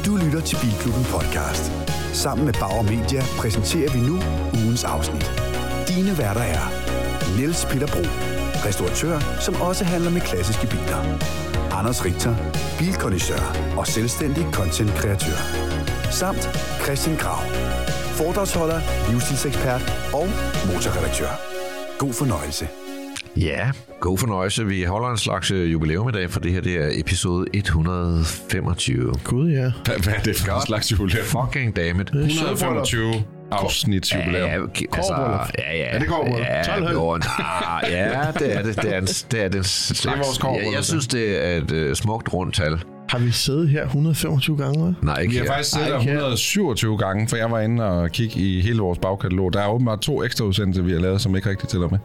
Du lytter til Bilklubben Podcast. Sammen med Bauer Media præsenterer vi nu ugens afsnit. Dine værter er Niels Peter Bro, restauratør, som også handler med klassiske biler. Anders Richter, bilkondisseur og selvstændig content-kreatør. Samt Christian Grav, foredragsholder, livsstilsekspert og motorredaktør. God fornøjelse. Ja, god fornøjelse. Vi holder en slags jubilæum i dag, for det her det er episode 125. Gud, ja. Hvad er det for en slags jubilæum? Fucking dammit. 125 afsnits jubilæum. Ja, det går ja, det er det. Det er den slags. Det er vores kårbrød. Jeg synes, det er et smukt rundt tal. Har vi siddet her 125 gange, hva'? Nej, ikke Vi har her. faktisk siddet der 127 gange, for jeg var inde og kigge i hele vores bagkatalog. Der er åbenbart 2 ekstra udsendelser, vi har lavet, som ikke rigtig tæller med.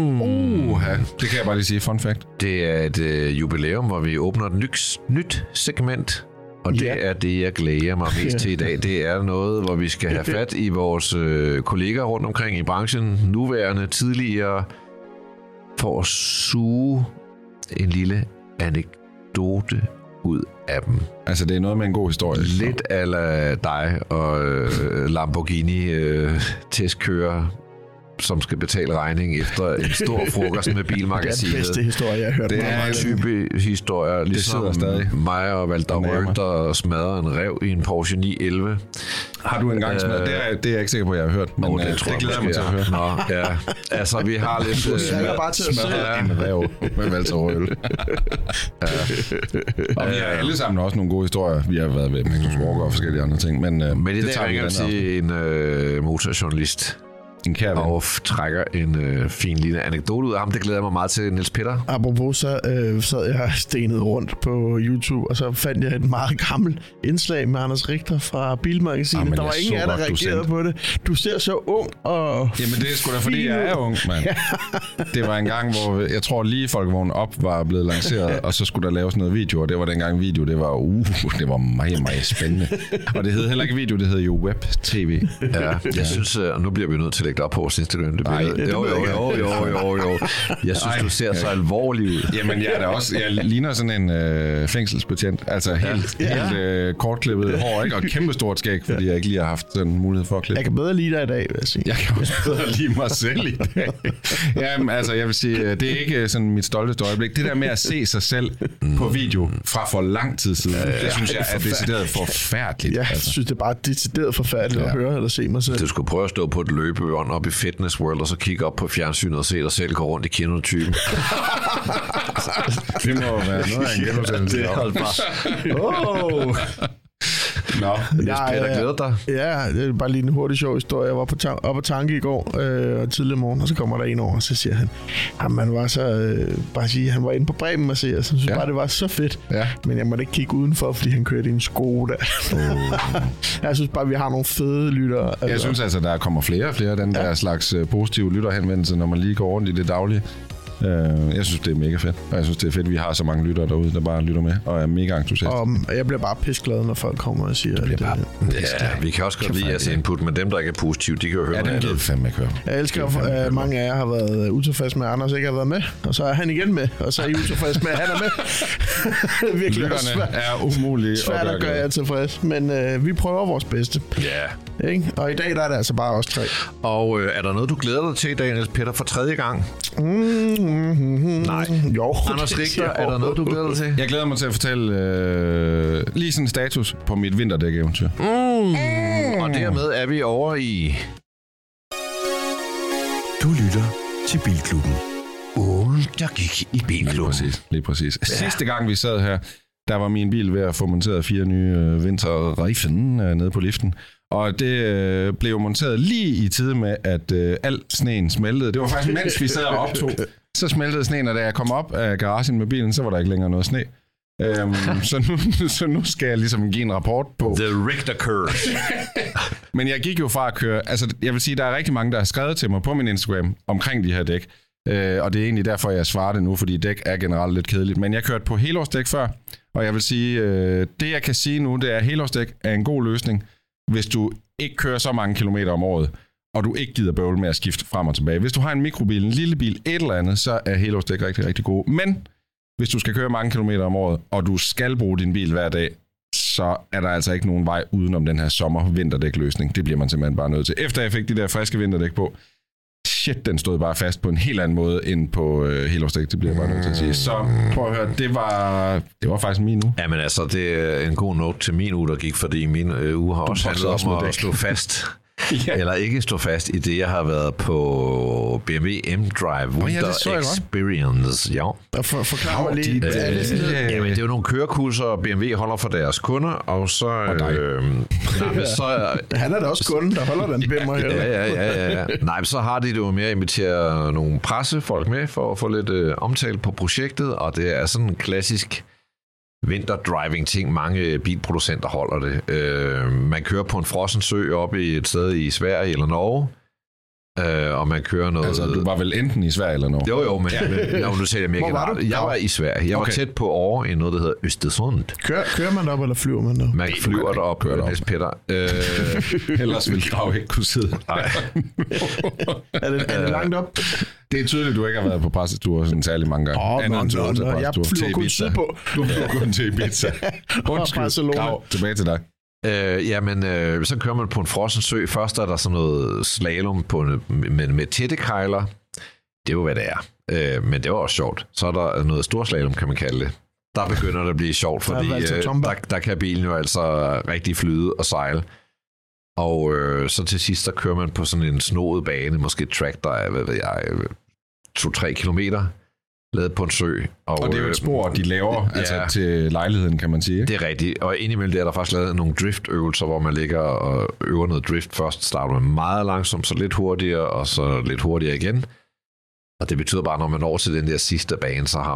Det kan jeg bare lige sige. Fun fact. Det er et jubilæum, hvor vi åbner et nyt segment. Og det er det, jeg glæder mig mest til i dag. Det er noget, hvor vi skal have fat i vores kolleger rundt omkring i branchen, nuværende, tidligere, for at suge en lille anekdote ud af dem. Altså, det er noget med en god historie. Lidt a la dig og Lamborghini testkører, som skal betale regning efter en stor frokost med Bilmagasinet. Det er den bedste historie, jeg har hørt. Det er en type historier, ligesom mig og Valter Rød, der smadrer en ræv i en Porsche 911. Har du engang smadret? Det er jeg ikke sikker på, at jeg har hørt, men det glæder jeg mig til at høre. Nå, ja. Altså, vi har lidt... Jeg er bare til at smadret en ræv med Valter Rød. Og vi har alle sammen også nogle gode historier. Vi har været ved Magnus Walker og forskellige andre ting, men i dag tager ringer vi til en motorjournalist, og trækker en fin lille anekdote ud af ham. Det glæder jeg mig meget til, Niels Peter. Apropos, så sad jeg stenet rundt på YouTube, og så fandt jeg et meget gammelt indslag med Anders Richter fra Bilmagasinet. Der var ingen af der reagerede på det. Du ser så ung og... Jamen det er sgu da, fordi jeg er ung, mand. Det var en gang, hvor jeg tror lige Folkevogn Op var blevet lanceret, og så skulle der laves noget video, og det var dengang video, det var meget, meget spændende. Og det hed heller ikke video, det hed jo web-tv. Ja, jeg synes, og nu bliver vi nødt til at lægge det op på vores Instagram. Jo. Jeg synes, du ser så alvorlig ud. Jamen, jeg ligner sådan en fængselsbetjent. Altså helt kortklippet hår, ikke? Og et kæmpestort skæg, fordi jeg ikke lige har haft sådan en mulighed for at klippe. Jeg kan bedre lide dig i dag, vil jeg sige. Jeg kan også bedre lide mig selv i dag. Jamen, altså, jeg vil sige, det er ikke sådan mit stolteste øjeblik. Det der med at se sig selv på video fra for lang tid siden, det synes jeg er decideret forfærdeligt. Jeg synes, det er bare decideret forfærdeligt at høre eller se mig selv. Du skulle prøve at stå på et løbebånd op i Fitness World, og så kigge op på fjernsynet og se dig selv gå rundt i kinotypen. Det må være noget af en genudsendelse. Det er altså bare... Nå, Niels Peter, glæder dig? Ja, det er bare lige en hurtig sjov historie. Jeg var op at tanke i går og tidligere morgen, og så kommer der en over, og så siger han var så, bare sige, han var inde på Bremen og se, og så synes bare, det var så fedt. Ja. Men jeg måtte ikke kigge udenfor, fordi han kørte i en Skoda. Jeg synes bare, vi har nogle fede lyttere. Altså. Jeg synes altså, der kommer flere og flere af den der slags positive lytterhenvendelser, når man lige går rundt i det daglige. Jeg synes, det er mega fedt. Og jeg synes, det er fedt, at vi har så mange lyttere derude, der bare lytter med og er mega entusiast. Og jeg bliver bare pisseglad, når folk kommer og siger, at vi kan også godt lide jeres input, men dem, der ikke er positive, de kan jo høre noget andet. Ja, den fandme ikke høre. Jeg elsker, at mange af jer har været utilfredse med, at Anders ikke har været med, og så er han igen med, og så er I utilfredse med, at han er med. Virkelig lytterne er umulige. Svært at gøre jer tilfreds, men vi prøver vores bedste. Ja. Ikke? Og i dag der er det altså bare os 3. Og er der noget, du glæder dig til i dag, Niels Peter, for 3. gang? Nej. Jo. Anders Richter, er der noget, du glæder dig til? Jeg glæder mig til at fortælle lige sådan en status på mit vinterdæk-eventyr. Og dermed er vi over i... Du lytter til Bilklubben. Der gik i Bilklubben. Lige præcis. Ja. Sidste gang vi sad her, der var min bil ved at få monteret 4 nye vinterreifen nede på liften. Og det blev monteret lige i tide med, at al sneen smeltede. Det var faktisk, mens vi sad og optog. Så smeltede sneen, og da jeg kom op af garagen med bilen, så var der ikke længere noget sne. Så nu skal jeg ligesom give en rapport på... The Richter curve. Men jeg gik jo fra at køre... Altså, jeg vil sige, der er rigtig mange, der har skrevet til mig på min Instagram omkring de her dæk. Og det er egentlig derfor, jeg svarer det nu, fordi dæk er generelt lidt kedeligt. Men jeg kørte på helårsdæk før, og jeg vil sige, det jeg kan sige nu, det er, at helårsdæk er en god løsning, hvis du ikke kører så mange kilometer om året, og du ikke gider bøvle med at skifte frem og tilbage. Hvis du har en mikrobil, en lille bil, et eller andet, så er helårsdæk rigtig, rigtig gode. Men hvis du skal køre mange kilometer om året, og du skal bruge din bil hver dag, så er der altså ikke nogen vej udenom den her sommer-vinterdækløsning. Det bliver man simpelthen bare nødt til. Efter jeg fik de der friske vinterdæk på, shit, den stod bare fast på en helt anden måde end på helårsdæk. Det bliver jeg bare nødt til at sige. Så prøv at høre, det var faktisk min uge. Jamen altså, det er en god note til min uge, der gik, fordi min uge har også handlet om at stå fast. Ja. Eller ikke stå fast i det, jeg har været på BMW M-Drive Winter Experience. Ja. Forklar mig lige. Jamen, det er jo nogle kørekurser, BMW holder for deres kunder, og så... Han er da også kunden, der holder den bimmer her. Ja. Nej, så har de jo med at invitere nogle pressefolk med, for at få lidt omtale på projektet, og det er sådan en klassisk vinterdriving-ting. Mange bilproducenter holder det. Man kører på en frossen sø oppe i et sted i Sverige eller Norge, og man kører noget... Altså, du var vel enten i Sverige eller Norge? Jo, men nu siger jeg mere generelt. Jeg var i Sverige. Jeg var tæt på Åre i noget, der hedder Østersund. Kører man op, eller flyver man derop? Man flyver derop, Niels Peter. Ellers ville Grav ikke kunne sidde. Nej. Er det langt op? Det er tydeligt, du ikke har været på pressetur sådan særlig mange gange. Jeg flyver kun sydpå. Du flyver kun til Ibiza. Undskyld, Grav, tilbage til dig. Så kører man på en frossen sø. Først er der sådan noget slalom med tætte kejler. Det er jo, hvad det er. Men det var også sjovt. Så er der noget storslalom, kan man kalde det. Der begynder det at blive sjovt, fordi der kan bilen jo altså rigtig flyde og sejle. Og så til sidst, der kører man på sådan en snoet bane, måske et track, der er, 2-3 kilometer, lavet på en sø. Og det er jo et spor, de laver til lejligheden, kan man sige. Det er rigtigt. Og indimellem det er der faktisk lavet nogle driftøvelser, hvor man ligger og øver noget drift. Først starter man meget langsomt, så lidt hurtigere, og så lidt hurtigere igen. Og det betyder bare, når man når til den der sidste bane, så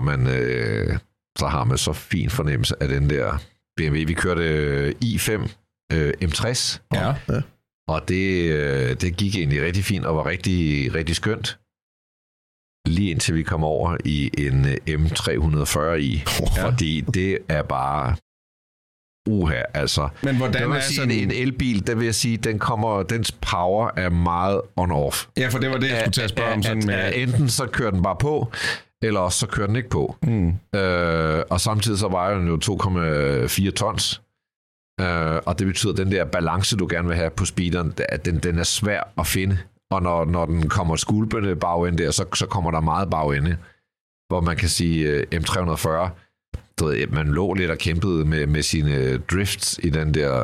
har man så fin fornemmelse af den der BMW. Vi kørte i5 M60. Ja. Og det gik egentlig rigtig fint og var rigtig, rigtig skønt. Lige indtil vi kom over i en M340i. Fordi det er bare altså. Men hvordan er sådan en elbil, der vil jeg sige, dens power er meget on-off. Ja, for det var det, jeg skulle til at spørge om. Sådan med... Enten så kører den bare på, eller også så kører den ikke på. Og samtidig så vejer den jo 2,4 tons. Og det betyder, at den der balance, du gerne vil have på speederen, den er svær at finde. Og når den kommer skulpende bagende der, så kommer der meget bagende. Hvor man kan sige, M340, man lå lidt og kæmpede med sine drifts i den der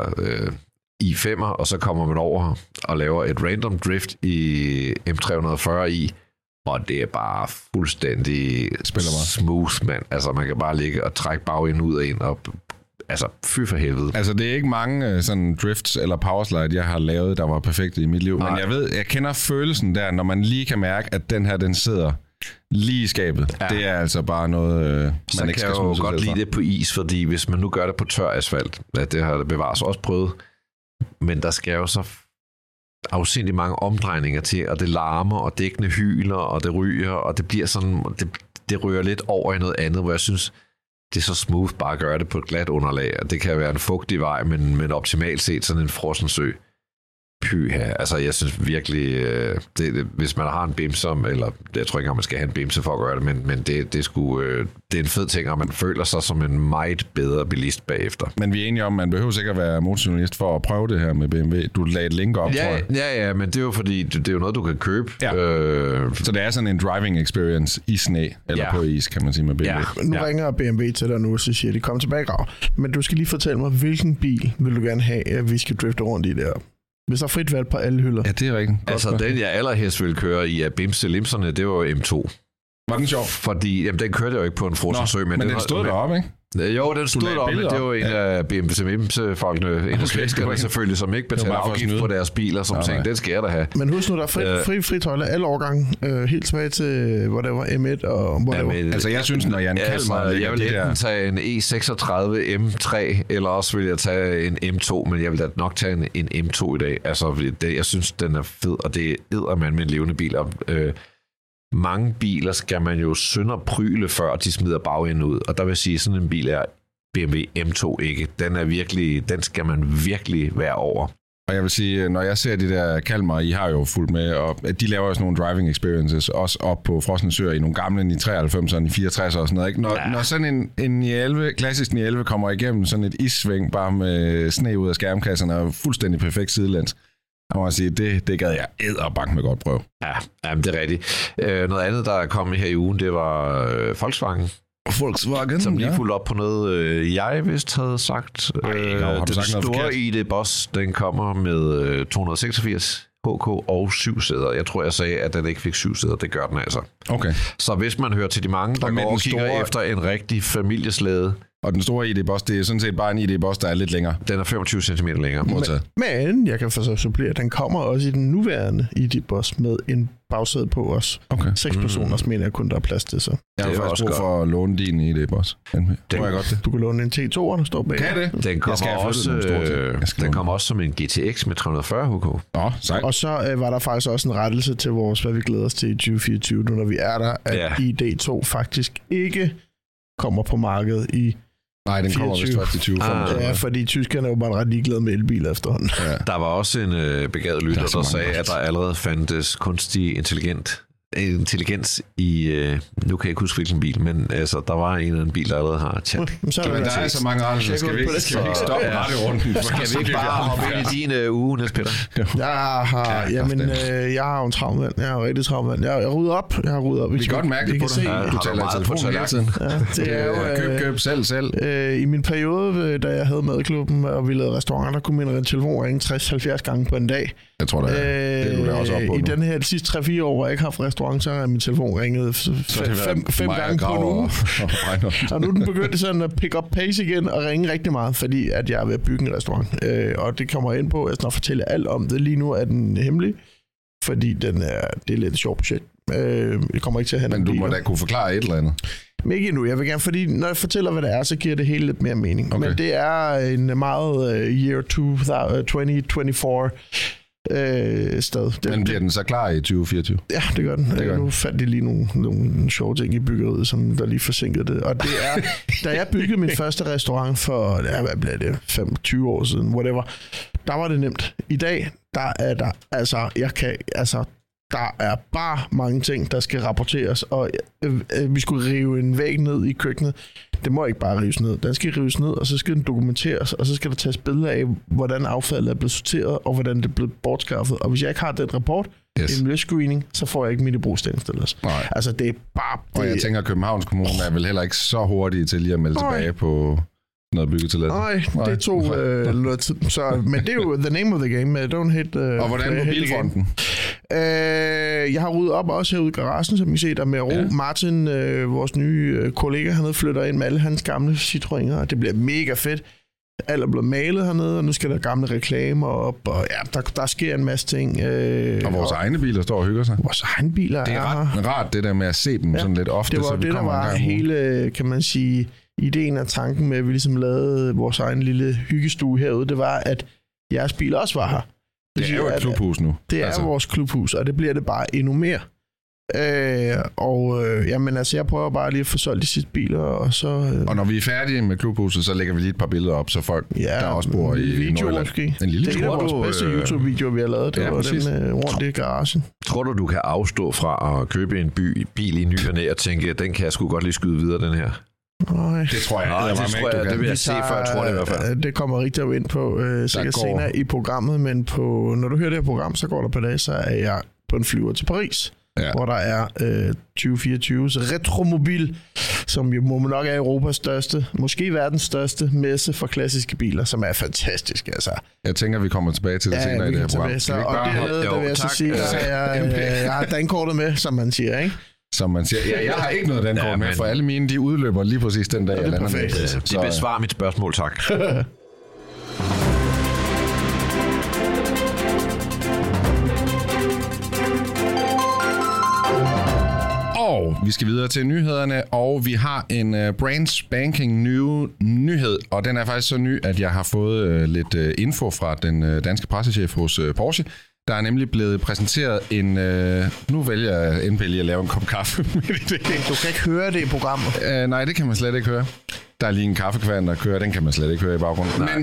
i5'er, og så kommer man over og laver et random drift i M340i, og det er bare fuldstændig smooth, mand. Altså, man kan bare ligge og trække bagenden ud af en, og altså, fy for helvede. Altså, det er ikke mange sådan drifts eller powerslide, jeg har lavet, der var perfekte i mit liv. Nej. Men jeg kender følelsen der, når man lige kan mærke, at den her, den sidder lige i skabet. Ja. Det er altså bare noget, man ikke skal smide sig. Så kan jeg jo godt lide det på is, fordi hvis man nu gør det på tør asfalt, det har bevares også prøvet, men der skal jo så afsindigt mange omdrejninger til, og det larmer, og dækkene hyler, og det ryger, og det bliver sådan, det ryger lidt over i noget andet, hvor jeg synes, det er så smooth bare at gøre det på et glat underlag, og det kan være en fugtig vej, men optimalt set sådan en frossen sø. Pyha. Altså, jeg synes virkelig, hvis man har en bimse, eller jeg tror ikke, at man skal have en bimse for at gøre det, men det er en fed ting, og man føler sig som en meget bedre bilist bagefter. Men vi er enige om, at man behøver sikkert være motorjournalist for at prøve det her med BMW. Du lagde et link op, tror jeg. Ja, men det er jo fordi, det er jo noget, du kan købe. Ja. Så det er sådan en driving experience i sne, eller på is, kan man sige med BMW. Ja. Nu ringer BMW til dig nu, så siger de, kom tilbage, Grav. Men du skal lige fortælle mig, hvilken bil vil du gerne have, at vi skal drifte rundt i der? Hvis der er frit valg på alle hylder. Ja, det er rigtigt. Altså, den jeg allerhelst ville køre i af Bimse-limserne, det var jo M2. Var den sjov? Fordi, jamen, den kørte jo ikke på en frossen sø. Men den stod deroppe, ikke? Jo, den stod deroppe, men det var en af Bimse-folkene, en af svenskerne selvfølgelig, som ikke betaler afgift på deres biler, som tænkte, den skal jeg da have. Men husk nu, der er fri tøjler alle årgange, helt tilbage til, hvor det var M1 og hvor det var. Altså, jeg synes, når Jan Kalmar... Jeg vil enten tage en E36 M3, eller også vil jeg tage en M2, men jeg vil da nok tage en M2 i dag. Altså, jeg synes, den er fed, og det er eddermand med en levende bil. Mange biler skal man jo sønderpryle, før de smider bagenden ud. Og der vil sige, sådan en bil er BMW M2 ikke. Den skal man virkelig være over. Og jeg vil sige, når jeg ser de der Kalmar, I har jo fulgt med, og de laver også nogle driving experiences, også op på Frosne Søer i nogle gamle 93'erne, i 64 og sådan noget. Ikke? Når sådan en 911, klassisk 911 kommer igennem sådan et issving, bare med sne ud af skærmkasserne, og fuldstændig perfekt sidelands. Jeg må sige, det gad jeg edderbank med godt prøve. Ja, det er rigtigt. Noget andet, der kom her i ugen, det var Volkswagen, som lige fulgte op på noget, jeg vist havde sagt. Den store ID.Boss, den kommer med 286 HK og 7 sæder. Jeg tror, jeg sagde, at den ikke fik 7 sæder. Det gør den altså. Okay. Så hvis man hører til de mange, der går og kigger efter en rigtig familieslæde. Og den store ID.Boss, det er sådan set bare en ID.Boss, der er lidt længere. Den er 25 cm længere. Men jeg kan så supplere, den kommer også i den nuværende ID.Boss med en bagsæde på os. Okay. 6 personers mener jeg kun, der er plads til så. Jeg har faktisk brug for at låne din ID.Boss. Du kan låne en T2'er, der står bag. Kan det? Den kommer også som en GTX med 340 HK. Og så var der faktisk også en rettelse til vores, hvad vi glæder os til i 2024, når vi er der, at ID.2 faktisk ikke kommer på markedet i. Nej, den kommer vist først i 2025. Ja, fordi tyskerne er jo bare ret ligeglade med elbiler efterhånden. Ja. Der var også en begavet lytter, der sagde, at der allerede fandtes kunstig intelligens i, nu kan jeg ikke huske hvilken bil, men altså, der var en eller anden bil, der allerede har chat. Men der er så mange andre, skal vi ikke stoppe radiorunden? Skal vi ikke bare hoppe ind i din uge, Niels Peter? Jeg har jo en travmand. Jeg har rigtig travmand. Jeg har ryddet op. Vi kan godt mærke det på dig. Du taler telefonen hele tiden. Det er jo køb selv. I min periode, da jeg havde madklubben, og vi lavede restauranter, der kunne min telefon ringe 60-70 gange på en dag. Jeg tror, det er du der også op på. I den her de sidste 3-4 år, hvor jeg ikke har haft restaurant, så har min telefon ringet 5 gange på en uge. Og nu er den begyndt sådan at pick up pace igen og ringe rigtig meget, fordi at jeg er ved at bygge en restaurant. Og det kommer ind på, jeg skal fortælle alt om det. Lige nu er den hemmelig, fordi det er lidt et sjovt projekt. Jeg kommer ikke til at have. Men du må da kunne forklare et eller andet. Men ikke endnu. Jeg vil gerne, fordi når jeg fortæller, hvad det er, så giver det hele lidt mere mening. Okay. Men det er en meget year 2024 sted. Men bliver den så klar i 2024? Ja, det gør den. Nu fandt de lige nogle sjove ting i byggeriet, som der lige forsinkede det. Og det er, da jeg byggede min første restaurant for, hvad blev det, 25 år siden, whatever, der var det nemt. I dag, der er der, der er bare mange ting, der skal rapporteres, og vi skulle rive en væg ned i køkkenet. Det må ikke bare rives ned. Den skal rives ned, og så skal den dokumenteres, og så skal der tages billeder af, hvordan affaldet er blevet sorteret, og hvordan det er blevet bortskaffet. Og hvis jeg ikke har den rapport, en miljøscreening, så får jeg ikke mit brugsstillingstilladelse. Altså, det er bare... Og jeg tænker, at Københavns Kommune er vel heller ikke så hurtige til lige at melde tilbage på noget byggetilladelse. Nej, det tog noget tid. Men det er jo the name of the game. Don't hit... Og hvordan mobilfronten? Jeg har ryddet op også herude i garagen, som I ser der med ro. Ja. Martin, vores nye kollega hernede, flytter ind med alle hans gamle Citroëner, og det bliver mega fedt. Alt er blevet malet hernede, og nu skal der gamle reklamer op, og ja, der sker en masse ting. Og vores egne biler står og hygger sig. Vores egne biler det er rart det der med at se dem sådan lidt ofte. Det var så det, der var hele, kan man sige, ideen og tanken med, at vi ligesom lavede vores egen lille hyggestue herude, det var, at jeres bil også var her. Det er jo et klubhus nu. Det er vores klubhus, og det bliver det bare endnu mere. Jamen altså, jeg prøver bare lige at få solgt de sidste biler, og så... Og når vi er færdige med klubhuset, så lægger vi lige et par billeder op, så folk, der også bor i Nordjylland. Måske. En lille det er vores bedste YouTube-video, vi har lavet. Det var den rundt i garagen. Tror du kan afstå fra at købe en bil i ny og næ og tænke, at den kan jeg sgu godt lige skyde videre, den her? Nej. Det tror jeg. Det vil jeg se, før jeg tror det i hvert fald. Det kommer rigtig ind på sikkert senere i programmet, men når du hører det her program, så går der på dag, så er jeg på en flyver til Paris, hvor der er 2024's Retromobil, som jo må nok er Europas største, måske verdens største messe for klassiske biler, som er fantastisk. Altså. Jeg tænker, vi kommer tilbage til det senere i det her program. Og vil jeg så sige, jeg har dankortet med, som man siger, ikke? Som man siger. Ja, jeg har ikke noget dankort med, for alle mine, de udløber lige præcis den dag, jeg lander med. Det besvarer mit spørgsmål, tak. Og vi skal videre til nyhederne, og vi har en brand spanking nyhed, og den er faktisk så ny, at jeg har fået lidt info fra den danske pressechef hos Porsche. Der er nemlig blevet præsenteret en... nu vælger jeg endelig at lave en kop kaffe. Du kan ikke høre det i programmet. Nej, det kan man slet ikke høre. Der er lige en kaffekværn, der kører. Den kan man slet ikke høre i baggrunden. Nej. Men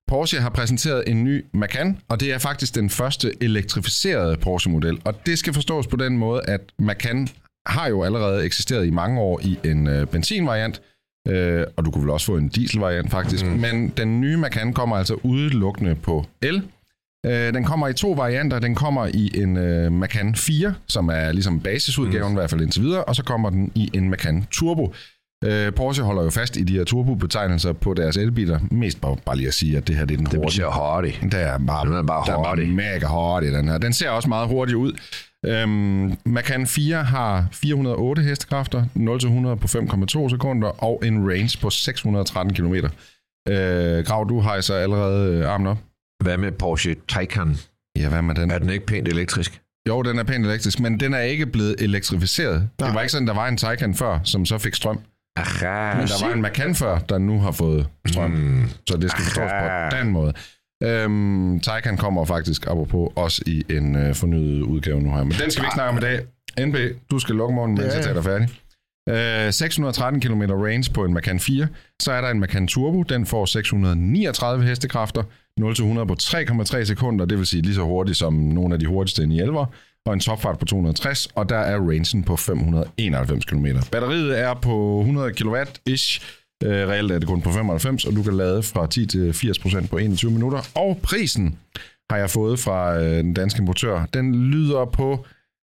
Porsche har præsenteret en ny Macan, og det er faktisk den første elektrificerede Porsche-model. Og det skal forstås på den måde, at Macan har jo allerede eksisteret i mange år i en benzinvariant, og du kunne vel også få en dieselvariant faktisk, men den nye Macan kommer altså udelukkende på el. Den kommer i 2 varianter. Den kommer i en Macan 4, som er ligesom basisudgaven, i hvert fald indtil videre, og så kommer den i en Macan Turbo. Porsche holder jo fast i de her turbo-betegnelser på deres elbiler. Mest bare lige at sige, at det her det er den hurtige. Det ser hurtigt. Det er bare mega hurtigt, den her. Den ser også meget hurtigt ud. Macan 4 har 408 hestekræfter, 0-100 på 5,2 sekunder og en range på 613 km. Grav, du hejser allerede armen op. Hvad med Porsche Taycan? Ja, hvad med den? Er den ikke pænt elektrisk? Jo, den er pænt elektrisk, men den er ikke blevet elektrificeret. Det var ikke sådan, der var en Taycan før, som så fik strøm. Aha. Men der var en Macan før, der nu har fået strøm. Så det skal forstås på den måde. Taycan kommer faktisk apropos også i en fornyet udgave nu her. Men den skal vi ikke snakke om i dag. NB, du skal lukke morgenen, mens jeg tager dig færdig. 613 km range på en Macan 4. Så er der en Macan Turbo. Den får 639 hestekræfter. 0-100 på 3,3 sekunder. Det vil sige lige så hurtigt som nogle af de hurtigste i 11'er. Og en topfart på 260. Og der er rangen på 591 km. Batteriet er på 100 kW-ish. Reelt er det kun på 95, og du kan lade fra 10 til 80% på 21 minutter. Og prisen har jeg fået fra den danske importør. Den lyder på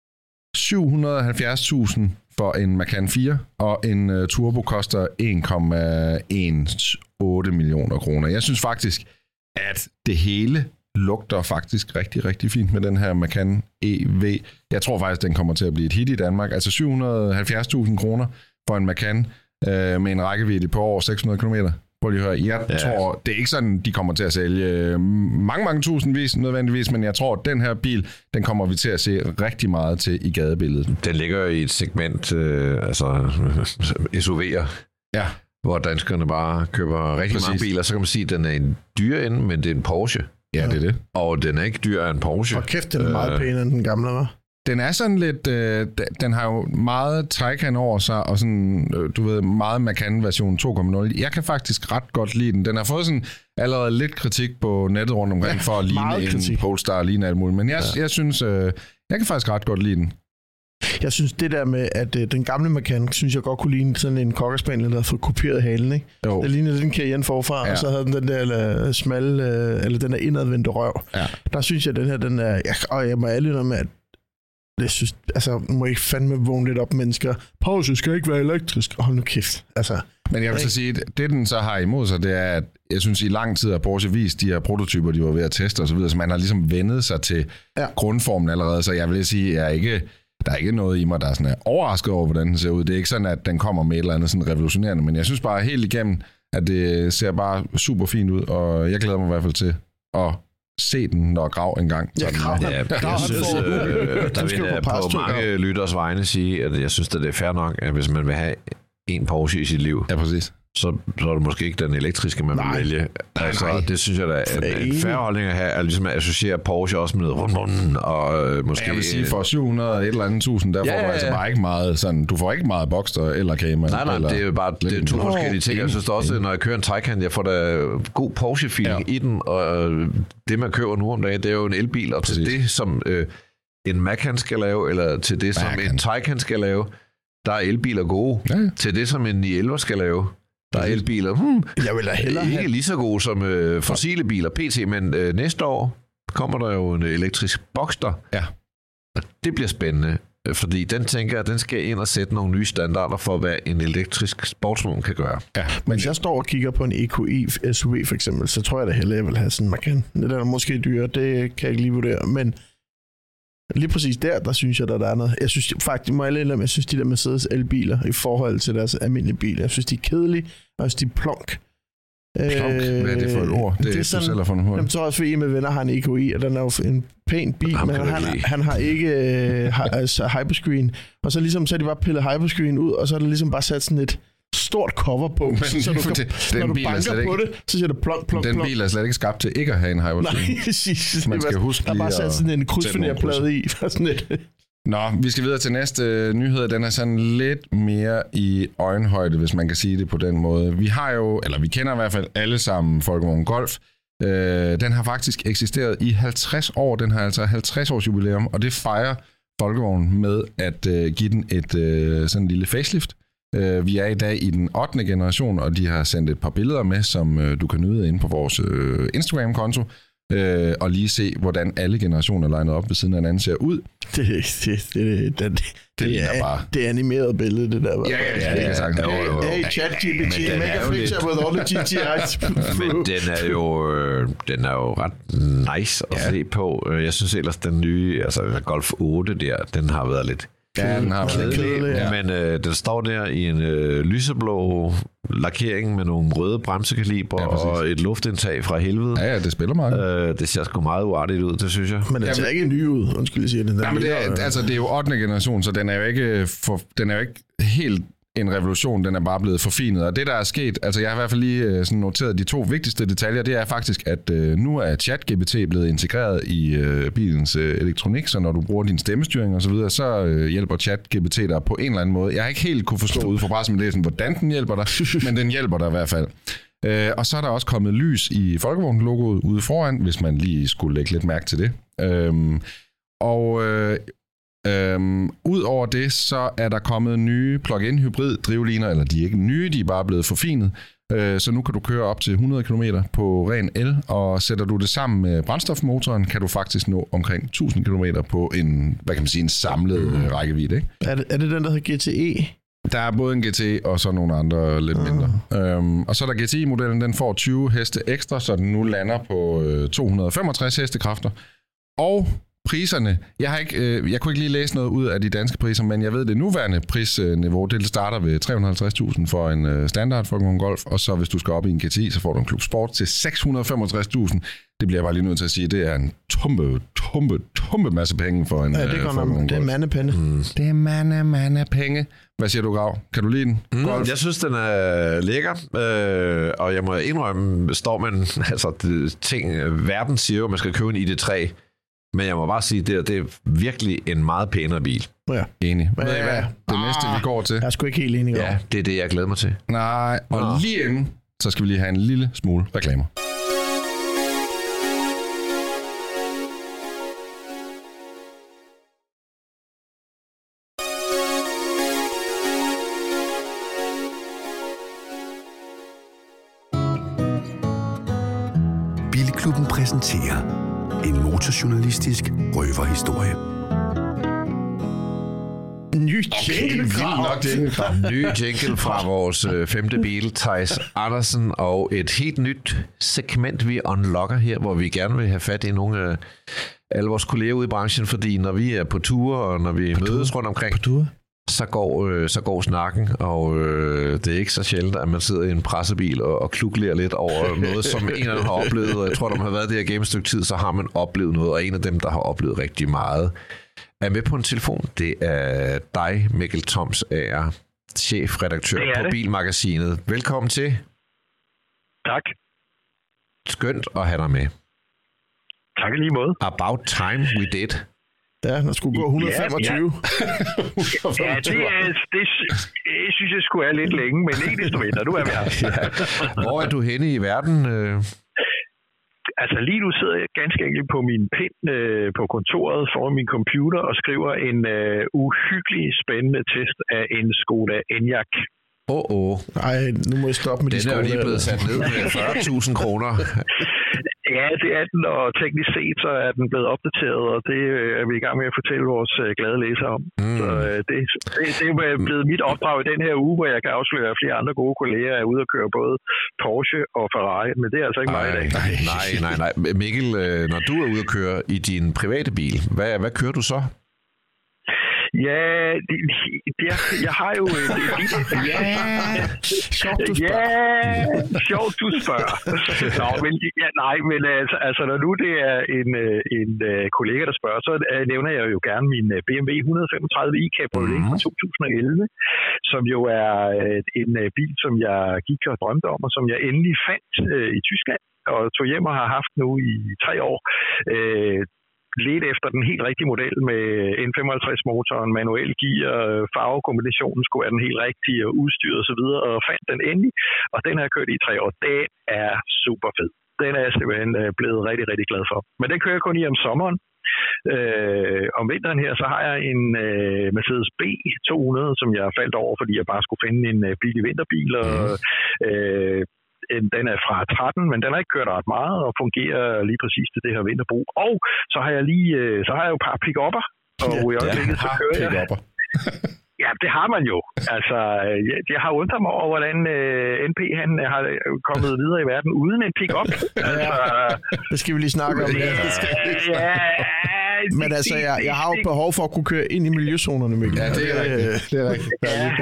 770.000 for en Macan 4, og en Turbo koster 1,18 millioner kroner. Jeg synes faktisk, at det hele lugter faktisk rigtig, rigtig fint med den her Macan EV. Jeg tror faktisk, den kommer til at blive et hit i Danmark. Altså 770.000 kroner for en Macan med en rækkevidde på over 600 km. Prøv lige at høre. Jeg tror, det er ikke sådan, de kommer til at sælge mange tusindvis nødvendigvis, men jeg tror, at den her bil, den kommer vi til at se rigtig meget til i gadebilledet. Den ligger i et segment, SUV'er, hvor danskerne bare køber rigtig mange biler. Så kan man sige, at den er en dyr ende, men det er en Porsche. Ja, det er det. Og den er ikke dyrere end Porsche. Og kæft, den er meget pænere end den gamle, var. Den er sådan lidt, den har jo meget Taycan over sig, og sådan, du ved, meget Macan version 2.0. Jeg kan faktisk ret godt lide den. Den har fået sådan allerede lidt kritik på nettet rundt omkring, for at ligne en Polestar og ligne alt muligt. Men jeg synes, jeg kan faktisk ret godt lide den. Jeg synes, det der med, at den gamle Macan, synes jeg godt kunne ligne sådan en Cocker Spaniel, der havde fået kopieret halen, ikke? Jo. Det lignede den Cayenne forfra, og så havde den der smalle, eller den der indadvendte røv. Ja. Der synes jeg, at den er, og jeg må ærlig noget med, at det synes, altså, må I fandme vågne lidt op, mennesker. Porsche skal ikke være elektrisk. Hold nu kæft. Altså, men jeg vil så sige, det den så har imod sig, det er, at jeg synes, i lang tid har Porsche vist de her prototyper, de var ved at teste og så videre, så man har ligesom vendet sig til grundformen allerede, så jeg vil sige, der er ikke noget i mig, der er sådan overrasket over, hvordan den ser ud. Det er ikke sådan, at den kommer med et eller andet sådan revolutionerende, men jeg synes bare helt igennem, at det ser bare super fint ud, og jeg glæder mig i hvert fald til at se den, når Grav engang. Jeg synes, der vil jeg på mange lytters vegne sige, at jeg synes, at det er fair nok, at hvis man vil have en Porsche i sit liv, præcis. Så er det måske ikke den elektriske, man vil vælge. Altså, det synes jeg, der er en fair holdning at have, at ligesom at associere Porsche også med noget og måske... Jeg vil sige, for 700 et eller andet tusind, der får du altså bare ikke meget sådan... Du får ikke meget Boxster eller Cayman. Nej, det er jo bare det er to forskellige ting. Jeg synes også, når jeg kører en Taycan, jeg får da god Porsche-feeling i den, og det, man køber nu om dagen, det er jo en elbil, og til det, som en Macan skal lave, eller til det, som en Taycan skal lave, der er elbiler gode. Ja. Til det, som en 911 skal lave, der er elbiler. Jeg vil da hellere ikke lige så gode som fossile biler, PT, men næste år kommer der jo en elektrisk Boxster. Ja. Og det bliver spændende, fordi den tænker jeg, den skal ind og sætte nogle nye standarder for, hvad en elektrisk sportsvogn kan gøre. Ja. Men hvis jeg står og kigger på en EQE SUV for eksempel, så tror jeg da hellere, jeg vil have sådan en Macan. Det er måske dyre, det kan jeg ikke lige vurdere, men lige præcis der synes jeg, der er noget. Jeg synes faktisk, jeg synes, de der Mercedes elbiler i forhold til deres almindelige biler, jeg synes, de er kedelige, og jeg synes, de er plonk. Plonk? Hvad er det for et ord? Det er sådan, du selv har fundet på. Jeg tror også, for en med venner har en EQE, og den er jo en pæn bil, men han har ikke hyperscreen. Og så ligesom, så er de bare pillet hyperscreen ud, og så er der ligesom bare sat sådan et stort cover på, men, så du kan, når du banker på det, så siger det plonk. Den bil er slet ikke skabt til ikke at have en hyperscreen. Nej, præcis. Man skal huske der er bare sat sådan en krydsfinerplade i. Sådan et. Nå, vi skal videre til næste nyhed. Den er sådan lidt mere i øjenhøjde, hvis man kan sige det på den måde. Vi har jo, eller vi kender i hvert fald alle sammen Volkswagen Golf. Den har faktisk eksisteret i 50 år. Den har altså 50 års jubilæum, og det fejrer Folkevogn med at give den et sådan en lille facelift. Vi er i dag i den 8. generation, og de har sendt et par billeder med, som du kan nyde inde på vores Instagram-konto, og lige se, hvordan alle generationer legnet op ved siden af hinanden ser ud. Det er bare det animerede billede, det der. Ja, det kan sagtens. Hey, ChatGPT, make a picture with all the GTIs. Men den er jo ret nice at se på. Jeg synes ellers, den nye, altså Golf 8 der, den har været lidt... Ja, den har været kedelig, ja. Men den står der i en lyseblå lakering med nogle røde bremsekaliber og et luftindtag fra helvede. Ja, det spiller meget. Det ser sgu meget uartigt ud, det synes jeg. Men den ser ikke ny ud, undskyld, jeg siger den. Ja, men det er jo 8. generation, så den er jo ikke helt en revolution, den er bare blevet forfinet. Og det, der er sket, altså jeg har i hvert fald lige sådan noteret de 2 vigtigste detaljer, det er faktisk, at nu er ChatGPT blevet integreret i bilens elektronik, så når du bruger din stemmestyring og så videre, så hjælper ChatGPT dig på en eller anden måde. Jeg har ikke helt kunne forstå ude fra pressemeddelelsen, hvordan den hjælper dig, men den hjælper dig i hvert fald. Og så er der også kommet lys i Folkevogn-logoet ude foran, hvis man lige skulle lægge lidt mærke til det. Udover det, så er der kommet nye plug-in hybrid drivliner, eller de er ikke nye, de er bare blevet forfinet. Så nu kan du køre op til 100 km på ren el, og sætter du det sammen med brændstofmotoren, kan du faktisk nå omkring 1000 km på en, hvad kan man sige, en samlet rækkevidde. Ikke? Er det den, der hedder GTE? Der er både en GTE og så nogle andre lidt mindre. Og så er der GTE-modellen, den får 20 heste ekstra, så den nu lander på 265 hestekræfter. Og priserne, jeg kunne ikke lige læse noget ud af de danske priser, men jeg ved, det nuværende prisniveau, det starter ved 350.000 for en standard Folkevogn Golf, og så hvis du skal op i en GTI, så får du en Club Sport til 665.000. Det bliver jeg bare lige nødt til at sige, det er en tumpe masse penge for en Folkevogn Golf. Det er mandepenge. Det er mandepenge. Hvad siger du, Grav? Kan du lide den? Jeg synes, den er lækker, og jeg må indrømme, står man, altså ting, verden siger jo, at man skal købe en ID3, men jeg må bare sige, det er virkelig en meget pænere bil. Ja. Enig. Ved I hvad? Det næste, vi går til. Jeg er sgu ikke helt enig over. Ja, det er det, jeg glæder mig til. Nej, og lige inden, så skal vi lige have en lille smule reklamer. Bilklubben præsenterer en motorjournalistisk røverhistorie. Ny jingle fra vores 5. bil, Theis Andersen, og et helt nyt segment, vi unlocker her, hvor vi gerne vil have fat i nogle af alle vores kolleger ude i branchen, fordi når vi er på ture, og når vi mødes rundt omkring, så går snakken, og det er ikke så sjældent, at man sidder i en pressebil og klukler lidt over noget, som en eller anden har oplevet, og jeg tror, når man har været der igennem et stykke tid, så har man oplevet noget, og en af dem, der har oplevet rigtig meget, er med på en telefon. Det er dig, Mikkel Thoms, er chefredaktør på Bilmagasinet. Velkommen til. Tak. Skønt at have dig med. Tak i lige måde. About time we did. Ja, der skulle gå 125. Ja, det synes jeg skulle være lidt længe, men ikke desto mindre. Nu er vi her. Hvor er du henne i verden? Altså lige nu sidder jeg ganske enkelt på min pind på kontoret foran min computer og skriver en uhyggelig spændende test af en Skoda Enyaq. Nej, nu må jeg stoppe med de Skoda. Den er jo lige blevet sat ned med 40.000 kroner. Ja, det er den, og teknisk set så er den blevet opdateret, og det er vi i gang med at fortælle vores glade læsere om. Så det er blevet mit opdrag i den her uge, hvor jeg kan afsløre, at flere andre gode kolleger er ude at køre både Porsche og Ferrari, men det er altså ikke mig i dag. Nej. Mikkel, når du er ude at køre i din private bil, hvad kører du så? Ja, jeg har jo sjovt du spørger. Nå, men, men altså når nu det er en kollega, der spørger, så nævner jeg jo gerne min BMW 135 i Cabriolet fra 2011, som jo er en bil, som jeg gik og drømte om, og som jeg endelig fandt i Tyskland, og tog hjem og har haft nu i 3 år. Lidt efter den helt rigtige model med N55-motoren, manuel gear, farvekombinationen skulle være den helt rigtige, og udstyret og så videre, og fandt den endelig, og den har jeg kørt i 3 år. Det er super fed. Den er jeg simpelthen blevet rigtig, rigtig glad for. Men den kører jeg kun i om sommeren. Om vinteren her, så har jeg en Mercedes B200, som jeg faldt over, fordi jeg bare skulle finde en billig vinterbil, og den er fra 13, men den har ikke kørt ret meget, og fungerer lige præcis til det her vinterbrug. Og så har jeg jo et par pick-upper, og i øjeblikket så kører jeg... Ja, det har man jo. Altså, jeg har undret mig over, hvordan NP han har kommet videre i verden uden en pick-up. Altså, det skal vi lige snakke om. Men altså, jeg har jo behov for at kunne køre ind i miljøzonerne, Mikkel. Ja, det er rigtigt. Det er rigtigt. Der er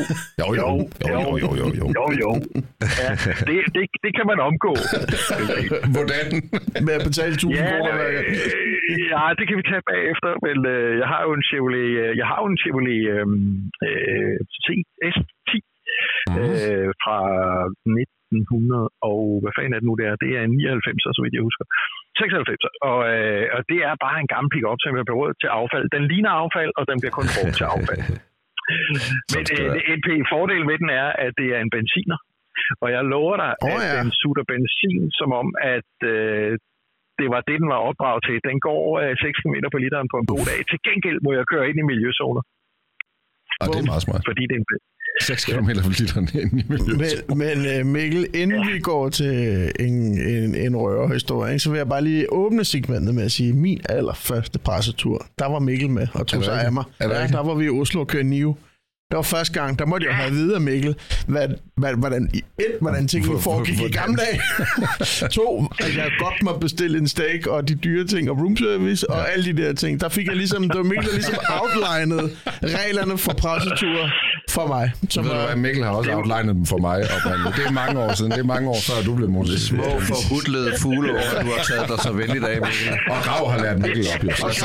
Jo. Ja, det kan man omgå. Hvordan? Med at betale 1.000 kroner. Ja, det kan vi tage bagefter, men jeg har jo en Chevrolet CS10 fra 1900 og hvad fanden er det nu der? Det er 99, så vidt jeg husker. 96. Og det er bare en gammel pick-up, som jeg bruger til affald. Den ligner affald, og den bliver kun brugt til affald. Men fordelen ved den er, at det er en benziner. Og jeg lover dig, at den sutter benzin, som om, at det var det, den var opdraget til. Den går 6 km på literen på en god dag. Til gengæld må jeg køre ind i miljøzoner. Og det er meget smart. Fordi det er 6 km på literen ind i miljøzoner. Men Mikkel, inden vi går til en røverhistorie, så vil jeg bare lige åbne segmentet med at sige, min allerførste pressetur, der var Mikkel med og tog sig af mig. Der var vi i Oslo og kørte Nio. Det var første gang, der måtte jeg have at vide af Mikkel, hvordan tingene foregik i gamle dage. 2, at jeg godt måtte bestille en steak og de dyre ting og room service og alle de der ting. Der fik jeg ligesom, det var Mikkel, der ligesom outlinede reglerne for presseture for mig. Så ved du hvad, Mikkel har også outlinet dem for mig. Det er mange år siden. Det er mange år før, du blev motiveret. Små forhudlede fugleårer, du har taget dig så venligt af, Mikkel. Og Grav har lært Mikkel op.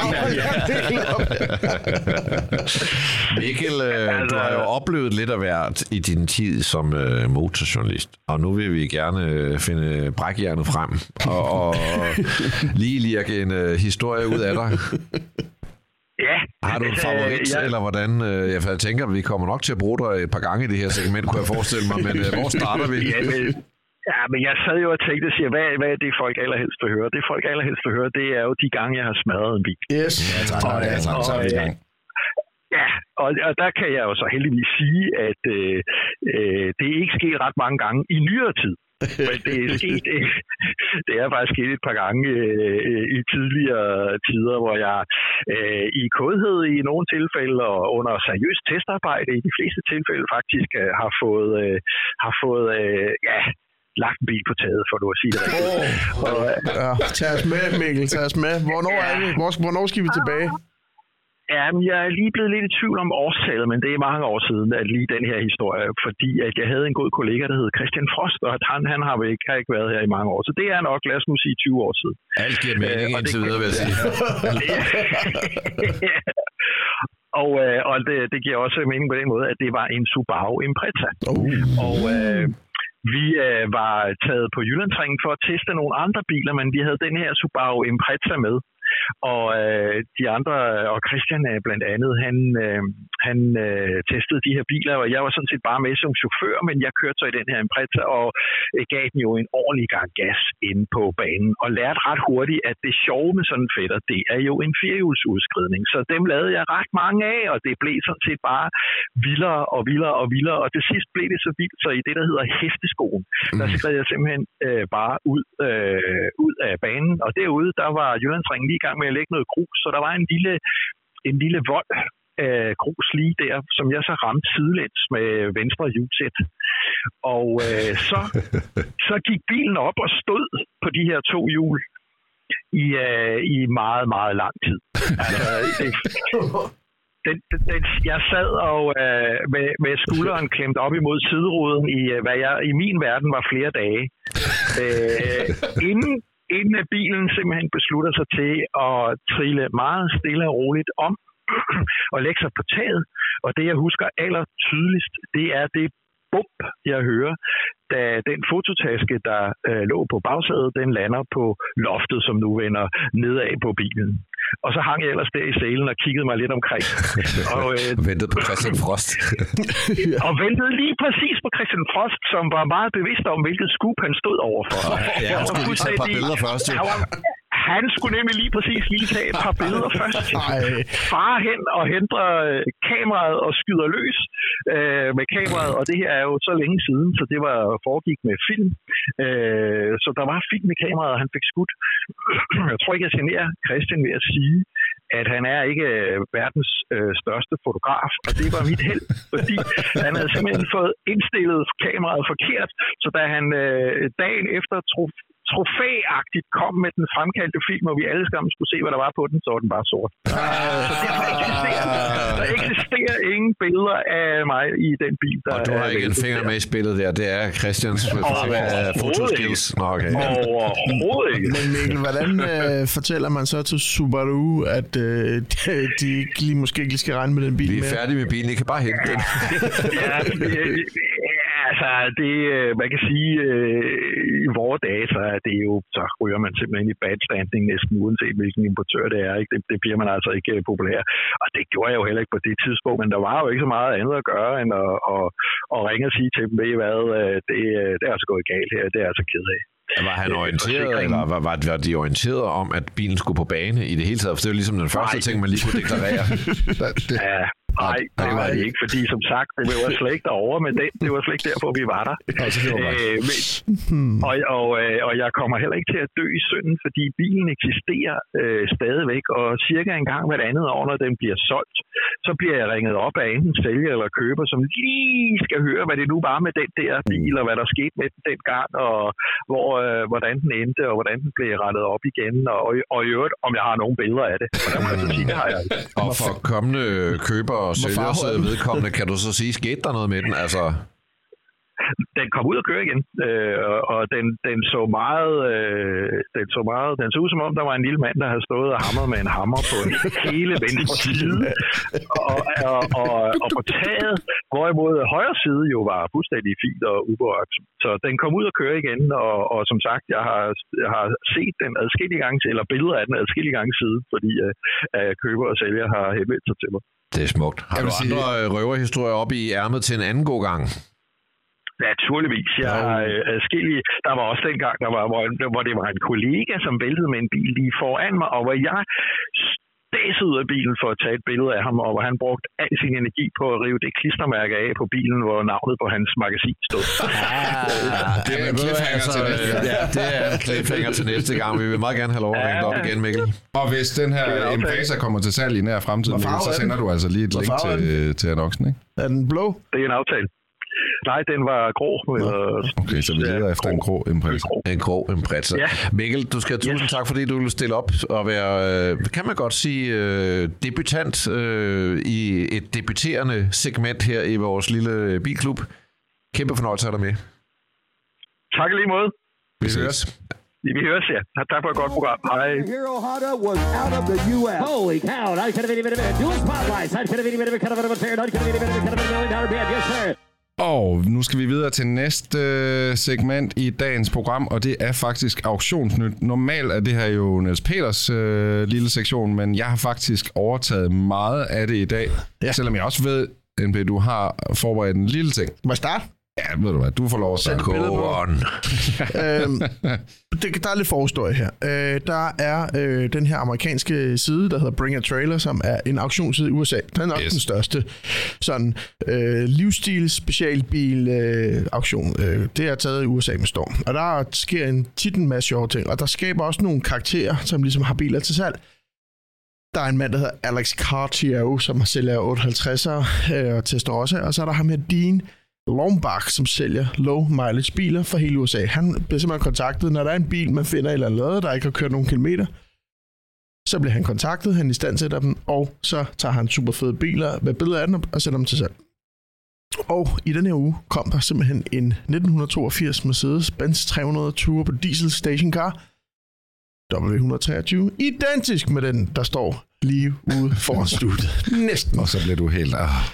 Mikkel, du har jo oplevet lidt af hvert i din tid som motorjournalist, og nu vil vi gerne finde brækjernet frem og lige lirke en historie ud af dig. Ja. Har du en favorit, eller hvordan? Jeg tænker, at vi kommer nok til at bruge dig et par gange i det her segment, kunne jeg forestille mig, men hvor starter vi? Ja, men jeg sad jo og tænkte og siger, hvad er det, folk allerhelst vil høre? Det, folk allerhelst vil høre, det er jo de gange, jeg har smadret en bil. Yes. Så er vi i gang. Ja, og der kan jeg jo så heldigvis sige, at det er ikke sket ret mange gange i nyere tid. Men det er faktisk sket et par gange i tidligere tider, hvor jeg i kodhed i nogle tilfælde og under seriøst testarbejde i de fleste tilfælde faktisk har fået lagt en bil på taget, for du at sige det rigtigt. Tag os med, Mikkel, tag os med. Hvornår er vi? Hvornår skal vi tilbage? Ja, men jeg er lige blevet lidt i tvivl om årstallet, men det er mange år siden, at lige den her historie, fordi at jeg havde en god kollega, der hed Christian Frost, og han har ikke været her i mange år. Så det er nok, lad os nu sige, 20 år siden. Alt giver mening indtil videre, vil jeg sige. Og det giver også mening på den måde, at det var en Subaru Impreza. Og vi var taget på Jyllandsringen for at teste nogle andre biler, men vi havde den her Subaru Impreza med. Og de andre, og Christian blandt andet, han testede de her biler, og jeg var sådan set bare med som chauffør, men jeg kørte så i den her Impreza og gav den jo en ordentlig gang gas inde på banen, og lærte ret hurtigt, at det sjove med sådan en fætter, det er jo en firehjulsudskridning. Så dem lavede jeg ret mange af, og det blev sådan set bare vildere og vildere og vildere, og til sidst blev det så vildt, så i det, der hedder hesteskoen, der skred jeg simpelthen bare ud af banen, og derude, der var Jyllandsringen lige i gang med at lægge noget grus, så der var en lille vold grus lige der, som jeg så ramte sidelæns med venstre hjulsæt. Og så gik bilen op og stod på de her 2 hjul i meget, meget lang tid. Altså, jeg sad og med skulderen klemt op imod sideruden i hvad jeg i min verden var flere dage. Inden bilen simpelthen beslutter sig til at trille meget stille og roligt om og lægge sig på taget. Og det, jeg husker aller tydeligst, det er det bump, jeg hører, da den fototaske, der lå på bagsædet, den lander på loftet, som nu vender nedad på bilen. Og så hang jeg ellers der i sælen og kiggede mig lidt omkring. Og ventede på Christian Frost. Og ventede lige præcis på Christian Frost, som var meget bevidst om, hvilket scoop han stod overfor. Ja, han skulle lige tage et par billeder først. Han skulle nemlig lige tage et par billeder først. Far hen og henter kameraet og skyder løs med kameraet, og det her er jo så længe siden, så det var foregik med film. Så der var film med kameraet, og han fik skudt. Jeg tror ikke, jeg generer Christian ved at sige, at han er ikke verdens største fotograf, og det var mit held, fordi han havde simpelthen fået indstillet kameraet forkert, så da han dagen efter trofæagtigt kom med den fremkaldte film, og vi alle sammen skulle se, hvad der var på den, så var den bare sort. Så der eksisterer ingen billeder af mig i den bil, der. Og du har ikke en finger med i spillet der. Det er Christians fotoskills. Okay. Overhovedet ikke. Men Mikkel, hvordan fortæller man så til Subaru, at de ikke måske ikke skal regne med den bil? Vi er færdige med bilen. I kan bare hente den. Altså, det, man kan sige, i vores dage, så ryger man simpelthen i bad standing næsten uanset hvilken importør det er. Ikke? Det bliver man altså ikke populær. Og det gjorde jeg jo heller ikke på det tidspunkt, men der var jo ikke så meget andet at gøre, end at ringe og sige til dem, ved I hvad, det er altså gået galt her, det er altså ked af. Var han orienteret, eller var de orienteret om, at bilen skulle på bane i det hele taget? For det var ligesom den første ting, man lige kunne deklarere. Nej, det var det ikke, fordi som sagt, det var slet ikke derovre, men det var slet ikke derfor, vi var der. Og jeg kommer heller ikke til at dø i synden, fordi bilen eksisterer stadigvæk, og cirka en gang hvert andet år, når den bliver solgt, så bliver jeg ringet op af enten sælger eller køber, som lige skal høre, hvad det nu var med den der bil, og hvad der skete med den dengang, og hvordan den endte, og hvordan den blev rettet op igen, og i øvrigt, om jeg har nogle billeder af det. Og der må jeg så sige, det har jeg. Og for kommende køber og sælgers vedkommende, kan du så sige, skete der noget med den? Altså... Den kom ud og køre igen, og den så ud som om, der var en lille mand, der havde stået og hamret med en hammer på hele venstre side, og på taget, hvorimod højre side jo var fuldstændig fint og uberørt. Så den kom ud og køre igen, og som sagt, jeg har set den adskillige gange, eller billeder af den adskillige gange siden, fordi køber og sælger har henvendt sig til mig. Det er smukt. Har du andre røverhistorier op i ærmet til en anden god gang? Naturligvis. Jeg har adskillige. Der var også dengang, hvor det var en kollega, som væltede med en bil lige foran mig, og hvor jeg stæsede ud af bilen for at tage et billede af ham, og hvor han brugte al sin energi på at rive det klistermærke af på bilen, hvor navnet på hans magasin stod. Det er en cliffhanger til næste gang. Vi vil meget gerne have lov at ringe op igen, Mikkel. Og hvis den her Impreza kommer til salg i nær fremtid, så sender du altså lige et link til annoncen, ikke? Er den blå? Det er en aftale. Nej, den var grå. Okay, så vi leder efter en grå Impreza. En grå Impreza. Ja. Mikkel, du skal have tusind tak, fordi du vil stille op og være, kan man godt sige, debutant i et debuterende segment her i vores lille bilklub. Kæmpe fornøjelse at have dig med. Tak lige måde. Vi høres. Vi høres, ja. Tak for et godt program. Hej. Hero Honda was out of the U.S. Holy cow. I could have been dual spotlights. I could have been kind of a fair. I could have been $1 million band. Yes, sir. Og nu skal vi videre til næste segment i dagens program, og det er faktisk auktionsnyt. Normalt er det her jo Niels Peters lille sektion, men jeg har faktisk overtaget meget af det i dag. Ja. Selvom jeg også ved, NP, du har forberedt en lille ting. Må jeg starte? Ja, ved du hvad, du får lov at starte. Der er lidt forhistorie her. Der er den her amerikanske side, der hedder Bring a Trailer, som er en auktionsside i USA. Den er nok den største sådan livsstils specialbil auktion. Det er taget i USA med storm. Og der sker tit en masse sjove ting. Og der skaber også nogle karakterer, som ligesom har biler til salg. Der er en mand, der hedder Alex Cartier, som sælger 850'er og Testarossa. Og så er der ham her, Dean Lombach, som sælger low mileage biler for hele USA. Han bliver simpelthen kontaktet, når der er en bil, man finder et eller andet lade, der ikke har kørt nogle kilometer. Så bliver han kontaktet, han istandsætter dem, og så tager han super fede biler med billeder af dem og sætter dem til salg. Og i den her uge kom der simpelthen en 1982 Mercedes-Benz 300 Turbo Diesel Stationcar W123, identisk med den, der står lige ude foran studiet. Næsten. Og så bliver du helt...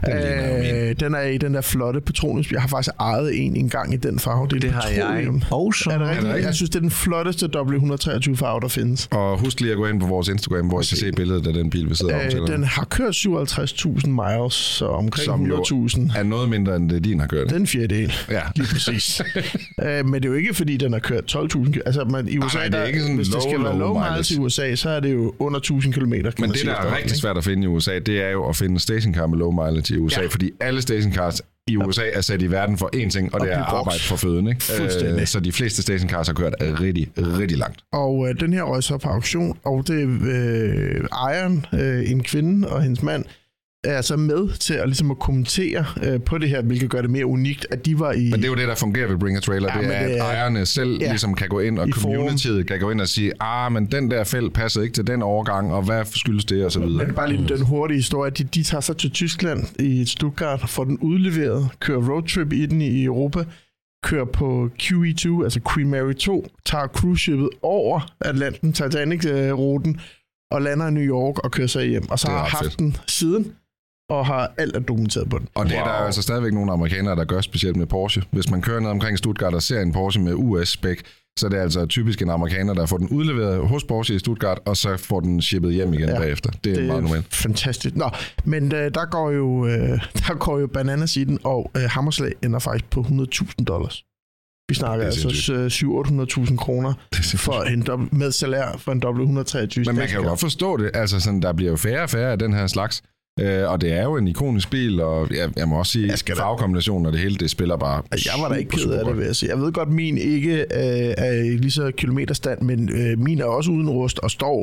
Den er i den der flotte Petronas. Jeg har faktisk ejet en gang i den farve. Det har jeg også. Er det rigtigt? Jeg synes, det er den flotteste W123 farve, der findes. Og husk lige at gå ind på vores Instagram, hvor I kan se billedet af den bil, vi sidder om til. Den har kørt 57.000 miles, så omkring 100.000. Er noget mindre, end det din har kørt. Den fjerdedel. Ja. Lige præcis. Men det er jo ikke, fordi den har kørt 12.000. Altså, i USA, det er ikke sådan hvis det skal være low miles i USA, så er det jo under 1.000 kilometer. Men det, der er rigtig svært at finde i USA, det er jo at finde stationcar med low mileage i USA, fordi alle stationcars i USA er sat i verden for én ting, og det er arbejde for føden. Ikke? Så de fleste stationcars har kørt rigtig, rigtig langt. Og den her røg så på auktion, og det ejeren, en kvinde og hendes mand, er så med til at, ligesom at kommentere på det her, hvilket gør det mere unikt, at de var i... Men det er jo det, der fungerer ved Bring a Trailer, det er, at ejerne selv ligesom kan gå ind, og communityet kan gå ind og sige, men den der felt passer ikke til den overgang, og hvad skyldes det, og så videre. Men bare lige den hurtige historie, de tager så til Tyskland i Stuttgart, får den udleveret, kører roadtrip i den i Europa, kører på QE2, altså Queen Mary 2, tager cruise-shipet over Atlanten, Titanic-ruten, og lander i New York og kører sig hjem. Og så har haft den siden, og har alt dokumenteret på den. Og det er der altså stadigvæk nogle amerikanere, der gør specielt med Porsche. Hvis man kører ned omkring Stuttgart og ser en Porsche med US-spec, så er det altså typisk en amerikaner, der får den udleveret hos Porsche i Stuttgart, og så får den shippet hjem igen bagefter. Det er meget normalt. Fantastisk. Nå, men der går jo bananas i den, og hammerslag ender faktisk på $100,000. Vi snakker altså 700-800.000 kroner for med salær for en W123. Men man kan jo godt forstå det. Altså, sådan, der bliver jo færre og færre af den her slags. Og det er jo en ikonisk bil, og jeg må også sige, farvekombinationen og det hele, det spiller bare. Jeg var da ikke ked af det, vil jeg sige. Jeg ved godt, min ikke er lige så kilometerstand, men min er også uden rust og står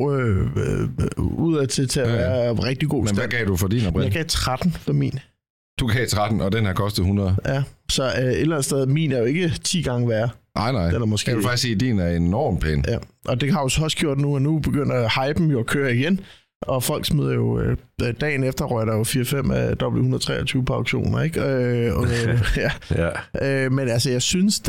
udad til at være rigtig god stand. Men hvad gav du for din oprindelige? Jeg gav 13 for min. Du gav 13, og den har kostet 100. Ja, så et eller andet sted, min er jo ikke 10 gange værre. Nej. Den er måske... Jeg vil faktisk sige, at din er enormt pæn. Ja, og det har jo også gjort nu, og nu begynder hypen jo at køre igen. Og folk smider jo, dagen efter røg der jo 4-5 af W123 på auktioner, ikke? Men altså, jeg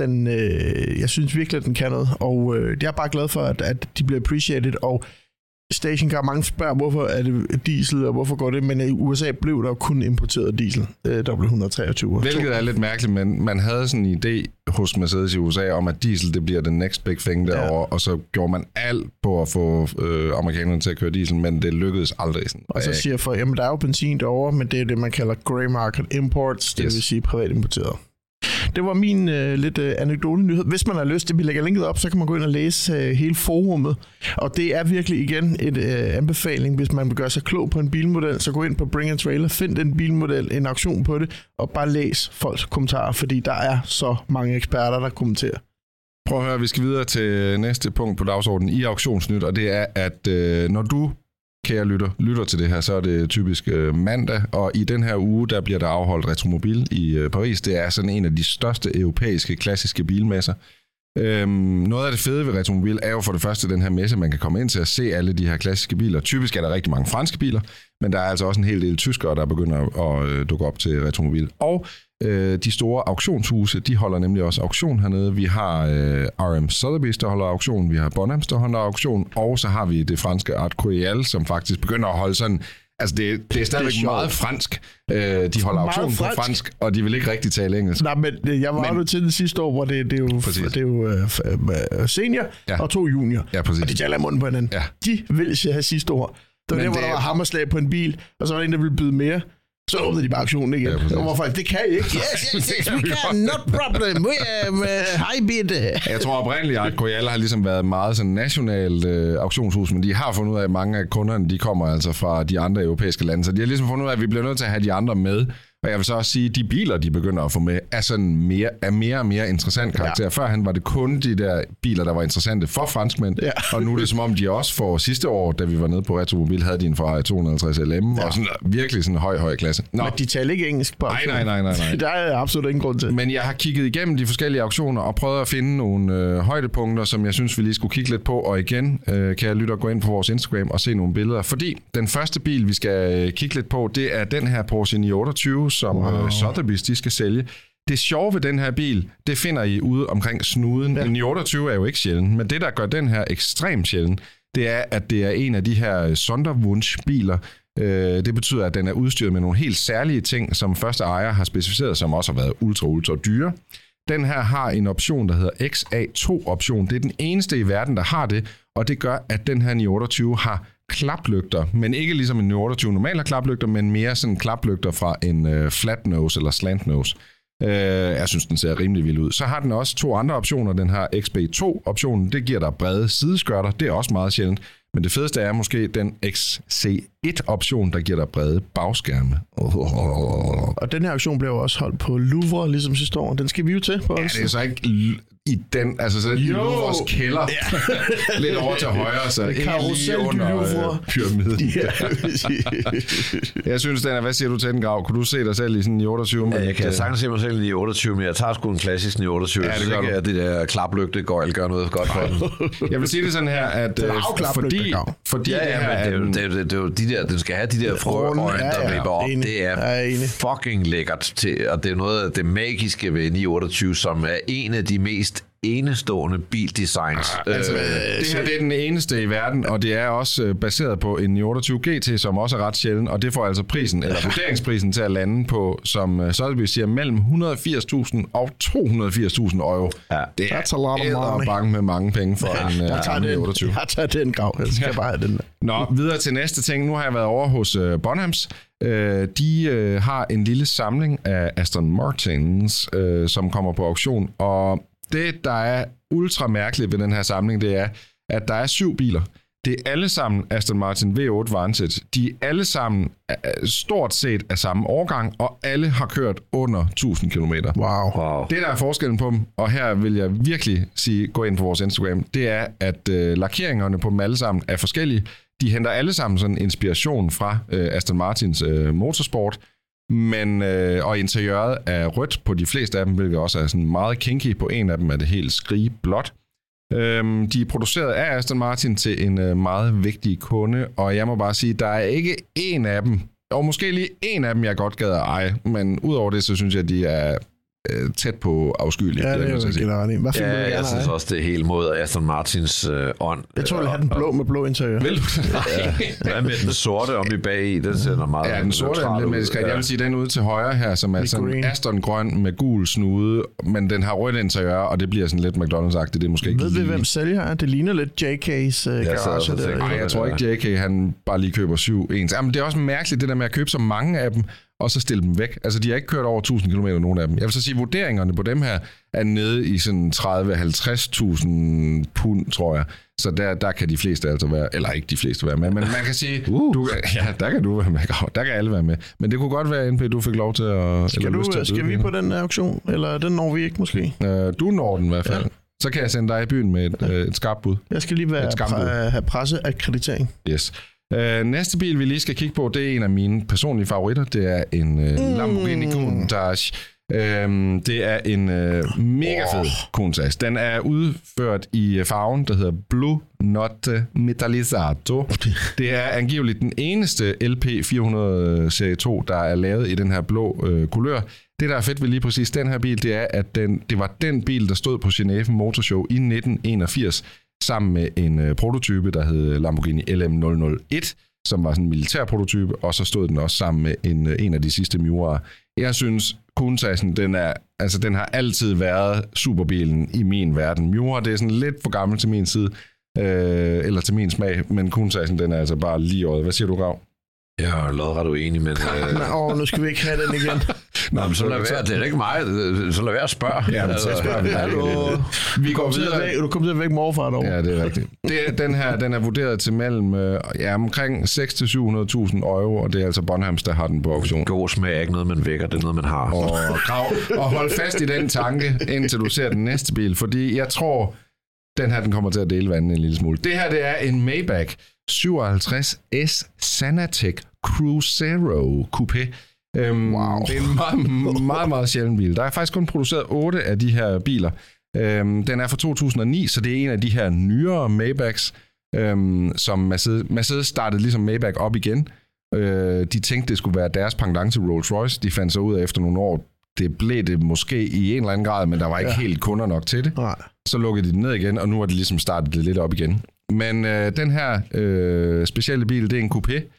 synes virkelig, at den kan noget, og jeg er bare glad for, at de bliver appreciated, og stationcar, mange spørger, hvorfor er det diesel, og hvorfor går det, men i USA blev der jo kun importeret diesel, W123. Hvilket er lidt mærkeligt, men man havde sådan en idé hos Mercedes i USA om, at diesel, det bliver den next big thing derovre, og så gjorde man alt på at få amerikanerne til at køre diesel, men det lykkedes aldrig. Sådan. Og så siger folk, jamen der er jo benzin derovre, men det er det, man kalder grey market imports, det vil sige privat importeret. Det var min lidt anekdote-nyhed. Hvis man har lyst til, vi lægger linket op, så kan man gå ind og læse hele forummet. Og det er virkelig igen et anbefaling, hvis man vil gøre sig klog på en bilmodel, så gå ind på Bring a Trailer, find en bilmodel, en auktion på det, og bare læs folks kommentarer, fordi der er så mange eksperter, der kommenterer. Prøv at høre, vi skal videre til næste punkt på dagsordenen i Auktionsnyt, og det er, at når du, kære lytter til det her, så er det typisk mandag, og i den her uge, der bliver der afholdt Retromobil i Paris. Det er sådan en af de største europæiske klassiske bilmesser. Noget af det fede ved Retromobil er jo for det første den her messe, man kan komme ind til at se alle de her klassiske biler. Typisk er der rigtig mange franske biler, men der er altså også en hel del tyskere, der begynder at dukke op til Retromobil. Og de store auktionshuse, de holder nemlig også auktion hernede. Vi har RM Sotheby's, der holder auktion, vi har Bonhams, der holder auktion, og så har vi det franske Art Curial, som faktisk begynder at holde sådan. Altså, det er stadigvæk meget fransk. De holder auktion på fransk, og de vil ikke rigtig tale engelsk. Nej, men jeg var jo til det sidste år, hvor det er jo senior og 2 junior. Ja, præcis. Og de taler i munden på hinanden. Ja. De vil have sidste år. Det var der, hvor der var hammerslag på en bil, og så var der en, der ville byde mere. Så åbnede de bare auktionen igen. Ja, hvorfor? Det kan I ikke. Yes, we can, not problem. Hej, bitte. Jeg tror oprindeligt, at Royal har ligesom været meget sådan nationalt auktionshus, men de har fundet ud af, at mange af kunderne, de kommer altså fra de andre europæiske lande, så de har ligesom fundet ud af, at vi bliver nødt til at have de andre med. Og jeg vil så også sige, at de biler, de begynder at få med, er sådan mere og mere interessant karakter. Ja. Førhen var det kun de der biler, der var interessante for franskmænd, og nu er det som om, de også for sidste år, da vi var nede på Retromobil, havde de en Ferrari 250 LM, og sådan virkelig sådan høj klasse. Nå. Men de taler ikke engelsk på auktionen. Nej. Der er absolut ingen grund til. Men jeg har kigget igennem de forskellige auktioner og prøvet at finde nogle højdepunkter, som jeg synes, vi lige skulle kigge lidt på. Og igen, kan jeg lytte og gå ind på vores Instagram og se nogle billeder. Fordi den første bil, vi skal kigge lidt på, det er den her Porsche 928, som Sotheby's, de skal sælge. Det sjove ved den her bil, det finder I ude omkring snuden. En 928 er jo ikke sjælden, men det, der gør den her ekstremt sjælden, det er, at det er en af de her Sonderwunsch-biler, Det betyder, at den er udstyret med nogle helt særlige ting, som første ejer har specificeret, som også har været ultra dyre. Den her har en option, der hedder XA2-option. Det er den eneste i verden, der har det, og det gør, at den her 928 har klaplygter, men ikke ligesom en 928 normalt har klaplygter, men mere sådan klaplygter fra en flat nose eller slant nose. Jeg synes, den ser rimelig vild ud. Så har den også 2 andre optioner. Den har XB2-optionen, det giver dig brede sideskørter, det er også meget sjældent. Men det fedeste er måske den XC1-option, der giver dig brede bagskærme. Og den her auktion blev også holdt på Louvre, ligesom sidste år. Den skal vi jo til på det er så ikke i den, altså så i Louvres kælder. Ja. Lidt over til højre, så ikke lige under pyramiden. Ja. Jeg synes, den er, hvad siger du til den, Grav? Kunne du se dig selv i sådan en 28? Ja, jeg kan sagtens se mig selv i 28, men jeg tager sgu en klassisk 28. Ja, det gør ikke, at det der klaplygte gør noget godt for den. Jeg vil sige det sådan her, at fordi det er jo de der, den skal have de der frøøjne, der vipper op. Det er fucking lækkert til, og det er noget af det magiske ved 928, som er en af de mest enestående bildesigns. Det her det er den eneste i verden, og det er også baseret på en 928 GT, som også er ret sjælden, og det får altså prisen, eller vurderingsprisen til at lande på, som så vil vi sige, mellem 180.000 og 280.000 euro. Ja. Det er bange med mange penge for en 928. Jeg tager den, Grav. Jeg skal bare have den. Nå, videre til næste ting. Nu har jeg været over hos Bonhams. De har en lille samling af Aston Martins, som kommer på auktion, og det, der er ultra mærkeligt ved den her samling, det er, at der er 7 biler. Det er alle sammen Aston Martin V8 Vantage. De er alle sammen stort set af samme årgang, og alle har kørt under 1000 km. Wow. Det, der er forskellen på dem, og her vil jeg virkelig sige, gå ind på vores Instagram, det er, at lakeringerne på dem alle sammen er forskellige. De henter alle sammen sådan inspiration fra Aston Martins motorsport, men og interiøret er rødt på de fleste af dem, hvilket også er sådan meget kinky. På en af dem er det helt skrigblåt. De er produceret af Aston Martin til en meget vigtig kunde, og jeg må bare sige, der er ikke en af dem, og måske lige en af dem, jeg godt gad at eje, men udover det, så synes jeg, at de er tæt på afskyeligt. Ja, det er jo generelt. Jeg synes også, det er helt mod Aston Martins ånd. Jeg tror, jeg have den blå med blå interiør. Vil du? Hvad med den sorte om i bag i? Den ser meget. Ja, den sorte er lidt mere diskret. Jeg vil sige, den ude til højre her, som er sådan Aston grøn med gul snude, men den har rødt interiør, og det bliver sådan lidt McDonald's-agtigt. Det er måske ikke. Ved vi, hvem sælger er? Det ligner lidt JK's garage. Nej, jeg tror ikke, JK han bare lige køber 7 ens. Jamen, det er også mærkeligt, det der med at købe så mange af dem, og så stille dem væk. Altså, de har ikke kørt over 1000 km, nogen af dem. Jeg vil så sige, at vurderingerne på dem her er nede i sådan 30-50.000 pund, tror jeg. Så der kan de fleste altså være, eller ikke de fleste være med, men man kan sige, der kan du være med, der kan alle være med. Men det kunne godt være, NP, du fik lov til at... Skal vi på den auktion, eller den når vi ikke måske? Du når den i hvert fald. Ja. Så kan jeg sende dig i byen med et skarpt bud. Jeg skal lige have presseakkreditering. Yes. Næste bil, vi lige skal kigge på, det er en af mine personlige favoritter. Det er en Lamborghini Countach. Det er en mega fed Countach. Den er udført i farven, der hedder Blu Notte Metallizato. Det er angiveligt den eneste LP400 Serie 2, der er lavet i den her blå kulør. Det, der er fedt ved lige præcis den her bil, det er, at det var den bil, der stod på Genève Motor Show i 1981, sammen med en prototype, der hed Lamborghini LM001, som var sådan en militær prototype, og så stod den også sammen med en af de sidste Miuraer. Jeg synes, Countach'en, den har altid været superbilen i min verden. Miura, det er sådan lidt for gammel til min side, eller til min smag, men Countach'en, den er altså bare lige øjet. Hvad siger du, Grav? Jeg er lodret uenig, men... nu skal vi ikke have den igen. Nå, men så lad være, det er ikke mig, så lad være at spørge. Ja, men så spørger vi. Vi går videre. Du kommer til at væk morfar derovre. Ja, det er rigtigt. Den her, den er vurderet til mellem omkring 600.000-700.000 euro, og det er altså Bonhams, der har den på auktion. God smag er ikke noget, man vækker, det er noget, man har. Og hold fast i den tanke, indtil du ser den næste bil, fordi jeg tror, den kommer til at dele vandet en lille smule. Det her, det er en Maybach 57S Sanatec Cruzeiro Coupé. Wow. Det er en meget, meget sjælden bil. Der er faktisk kun produceret 8 af de her biler. Den er fra 2009, så det er en af de her nyere Maybachs, som Mercedes startede ligesom Maybach op igen. De tænkte, det skulle være deres pendant til Rolls-Royce. De fandt så ud af efter nogle år, det blev det måske i en eller anden grad, men der var ikke helt kunder nok til det. Nej. Så lukkede de den ned igen, og nu har de ligesom startet det lidt op igen. Men den her specielle bil, det er en coupé.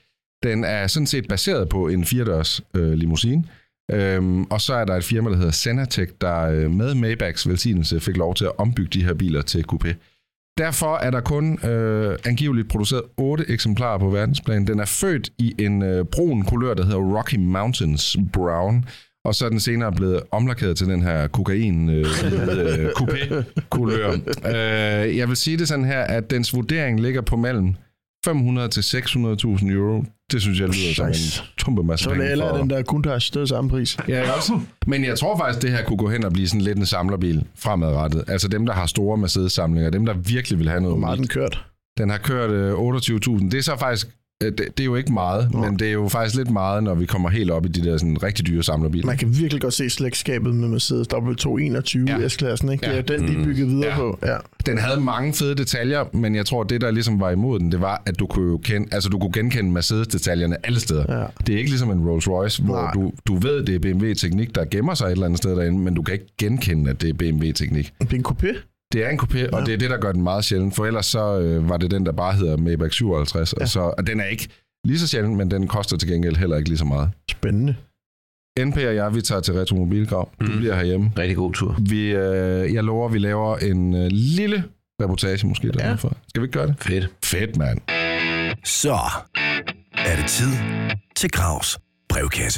Den er sådan set baseret på en 4-dørs limousine. Og så er der et firma, der hedder Senatec, der med Maybachs velsignelse fik lov til at ombygge de her biler til coupé. Derfor er der kun angiveligt produceret 8 eksemplarer på verdensplan. Den er født i en brun kulør, der hedder Rocky Mountains Brown, og så er den senere blevet omlakeret til den her kokain-coupé-kulør. Jeg vil sige det sådan her, at dens vurdering ligger på mellem 500 til 600.000 euro. Det synes jeg lyder som en tumpe masse penge. Så det er den der Countach, det er samme pris. Ja, også. Men jeg tror faktisk, det her kunne gå hen og blive sådan lidt en samlerbil fremadrettet. Altså dem, der har store Mercedes-samlinger, dem, der virkelig vil have noget. Hvor meget den kørt? Den har kørt 28.000. Det er så faktisk... Det er jo ikke meget, men det er jo faktisk lidt meget, når vi kommer helt op i de der sådan rigtig dyre samlerbiler. Man kan virkelig godt se slægtskabet med Mercedes W221 S-klassen, ikke? Det er jo den, de byggede videre på. Ja. Den havde mange fede detaljer, men jeg tror, det der ligesom var imod den, det var, at du kunne genkende Mercedes-detaljerne alle steder. Ja. Det er ikke ligesom en Rolls-Royce, hvor du ved, det er BMW-teknik, der gemmer sig et eller andet sted derinde, men du kan ikke genkende, at det er BMW-teknik. Det er en coupé? Det er en coupé, og det er det, der gør den meget sjældent, for ellers så var det den, der bare hedder Maybach 57, og den er ikke lige så sjældent, men den koster til gengæld heller ikke lige så meget. Spændende. NP og jeg, vi tager til Retromobilgrav. Du bliver herhjemme. Rigtig god tur. Jeg lover, vi laver en lille reportage måske derfor. Skal vi ikke gøre det? Fedt, mand. Så er det tid til Gravs brevkasse.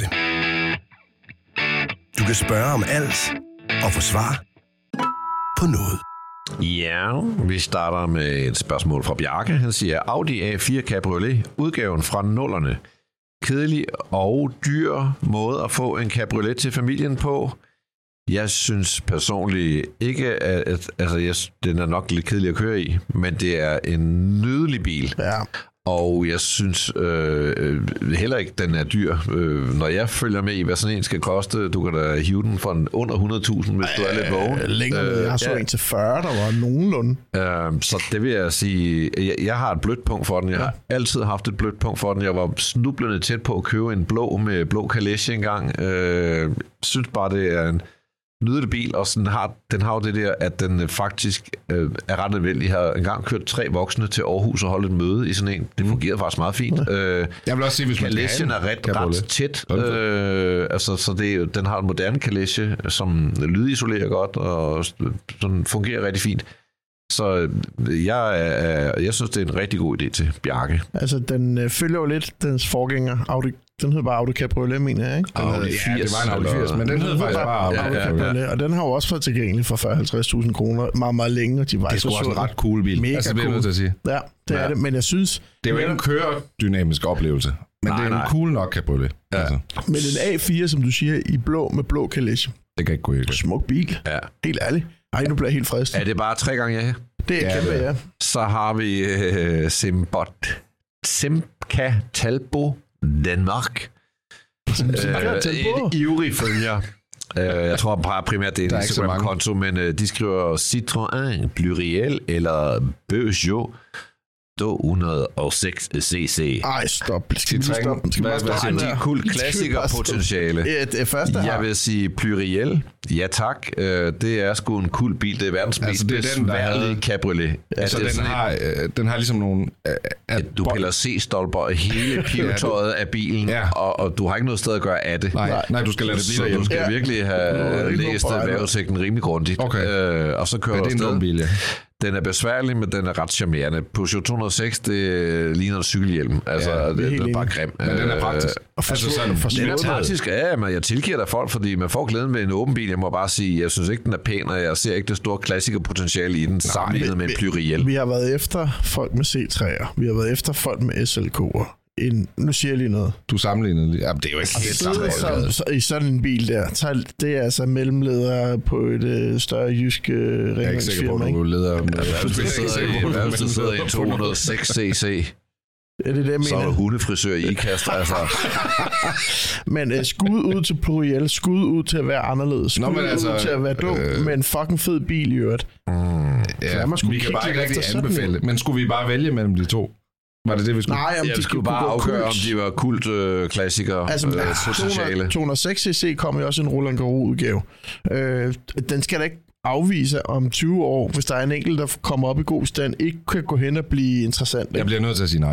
Du kan spørge om alt og få svar på noget. Ja, vi starter med et spørgsmål fra Bjarke. Han siger, Audi A4 Cabriolet, udgaven fra 00'erne. Kedelig og dyr måde at få en cabriolet til familien på. Jeg synes personligt ikke, at den er nok lidt kedelig at køre i, men det er en nydelig bil. Ja. Og jeg synes heller ikke, den er dyr. Når jeg følger med i, hvad sådan en skal koste, du kan da hive den for under 100.000, hvis du er lidt vågen. Længere jeg har så en til 40, der var nogenlunde. Så det vil jeg sige, jeg har et blødt punkt for den. Jeg har altid haft et blødt punkt for den. Jeg var snublende tæt på at købe en blå med blå kalesje engang. Synes bare, det er en nydelig bil, og den har jo det der, at den faktisk er ret nødvendig. Jeg har engang kørt 3 voksne til Aarhus og holdt et møde i sådan en. Det fungerede faktisk meget fint. Jeg vil også sige, hvis man kalesjen er ret tæt. Så den har en moderne kalesje, som lydisolerer godt, og sådan fungerer rigtig fint. Så jeg synes, det er en rigtig god idé til Bjarke. Altså, den følger jo lidt dens forgænger, Audi. Den hedder bare Audi Cabriolet, mener jeg, ikke? Audi 80, det var en Audi 80, men den hedder faktisk bare Audi Cabriolet. Og den har jo også været tilgængelig for 40-50.000 kroner meget, meget længe. Og de var det er sgu også en ret cool bil. Mega det er nødt til at sige. Ja, det er det, men jeg synes... Det er jo ikke en køredynamisk oplevelse, men det er en cool nok Cabriolet. Ja. Altså. Men en A4, som du siger, i blå med blå kalesje. Det kan ikke gå helt. Smuk bil. Ja. Helt ærligt. Ej, nu bliver jeg helt fristet. Er det bare 3 gange ja? Det er kæmpe, ja. Så har vi Simca Talbot Danmark. En ivrig følger. Jeg tror bare primært, det er en Instagram-konto, men de skriver Citroën Pluriel eller Peugeot 206 cc. Ej, stop. Skal vi stoppe? De kul klassiker-potentiale. Det første jeg vil sige Pluriel. Ja tak. Det er sgu en cool bil. Det er verdens mest besværlige cabriolet. Altså, den har ligesom nogle... Du piller C-stolper og hele pivetøjet af bilen, og du har ikke noget sted at gøre af det. Nej, du skal lade det blive derhjemme. Du skal virkelig have læst vejrudsigten rimelig grundigt. Okay. Og så kører du afsted. Det er en bil, ja. Den er besværlig, men den er ret charmerende. Peugeot 206, det ligner en cykelhjelm. Altså, det er bare grim. Men den er praktisk. Den er praktisk, ja, men jeg tilgiver dig folk, fordi man får glæden med en åben bil. Jeg må bare sige, jeg synes ikke, den er pæn, og jeg ser ikke det store klassikerpotentiale i den sammenlignet med en Pluriel. Vi har været efter folk med C3'er. Vi har været efter folk med SLK'er. Nu siger jeg lige noget. Du sammenligner lige. Jamen, det er jo ikke helt sammenlignet. I sådan en bil der, det er altså mellemleder på et større jysk rengøringsfirma. Jeg er ikke sikker på, at du leder Hvem sidder i 206 cc? Er det det, så er der hundefrisør i ikast, altså. Men skud ud til Pluriel, skud ud til at være anderledes, skud ud til at være dum, med en fucking fed bil i øvrigt. Vi kan bare ikke rigtig anbefale det, men skulle vi bare vælge mellem de to? Var det vi skulle? Nej, de skulle bare afgøre, om de var kult-klassikere. Altså, 206 cc kommer jo også en Roland Garros-udgave. Den skal da ikke afvise om 20 år, hvis der er en enkelt, der kommer op i god stand, ikke kan gå hen og blive interessant. Ikke? Jeg bliver nødt til at sige nej.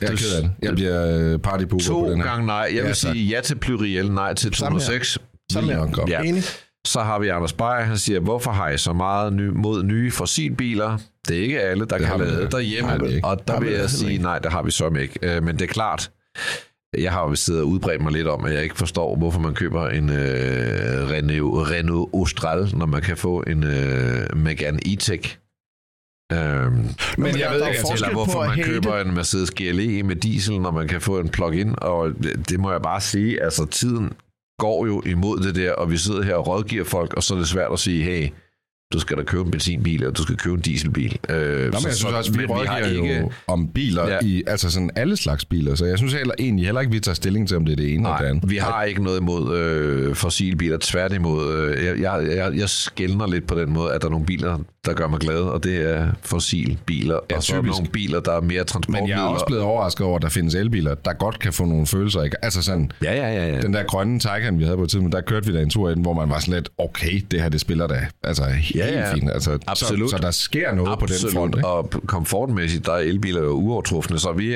Jeg er ked af det. Jeg bliver partypooper på den her. 2 gange nej. Jeg vil sige ja til Pluriel, nej til 206. Ja. Enig. Så har vi Anders Beyer, han siger, hvorfor har I så meget mod nye fossilbiler? Det er ikke alle, der kan lade derhjemme. Og der vil jeg sige, nej, det har vi så ikke. Men det er klart, jeg har jo siddet og udbredt mig lidt om, at jeg ikke forstår, hvorfor man køber en Renault Austral, når man kan få en Megane E-Tech. Men jeg ved ikke, eller hvorfor man køber en Mercedes GLE med diesel, når man kan få en plug-in. Og det må jeg bare sige, altså tiden går jo imod det der, og vi sidder her og rådgiver folk, og så er det svært at sige, hey, du skal da købe en benzinbil, eller du skal købe en dieselbil. Nå, men jeg synes også, vi rådgiver jo om biler, i altså sådan alle slags biler, så jeg synes egentlig heller ikke, vi tager stilling til, om det er det ene eller det andet. Vi har ikke noget imod fossilbiler, tværtimod. Jeg skelner lidt på den måde, at der er nogle biler, der gør mig glad, og det er fossilbiler, og så er nogle biler, der er mere transportbiler. Men jeg er også blevet overrasket over, at der findes elbiler, der godt kan få nogle følelser. Ikke? Altså sådan, den der grønne Taycan, vi havde på et tidspunkt, der kørte vi da en tur i den, hvor man var sådan lidt, okay, det her, det spiller da altså helt fint. Altså, absolut. Så der sker noget på den front. Ikke? Og komfortmæssigt, der er elbiler jo uovertrufne, så vi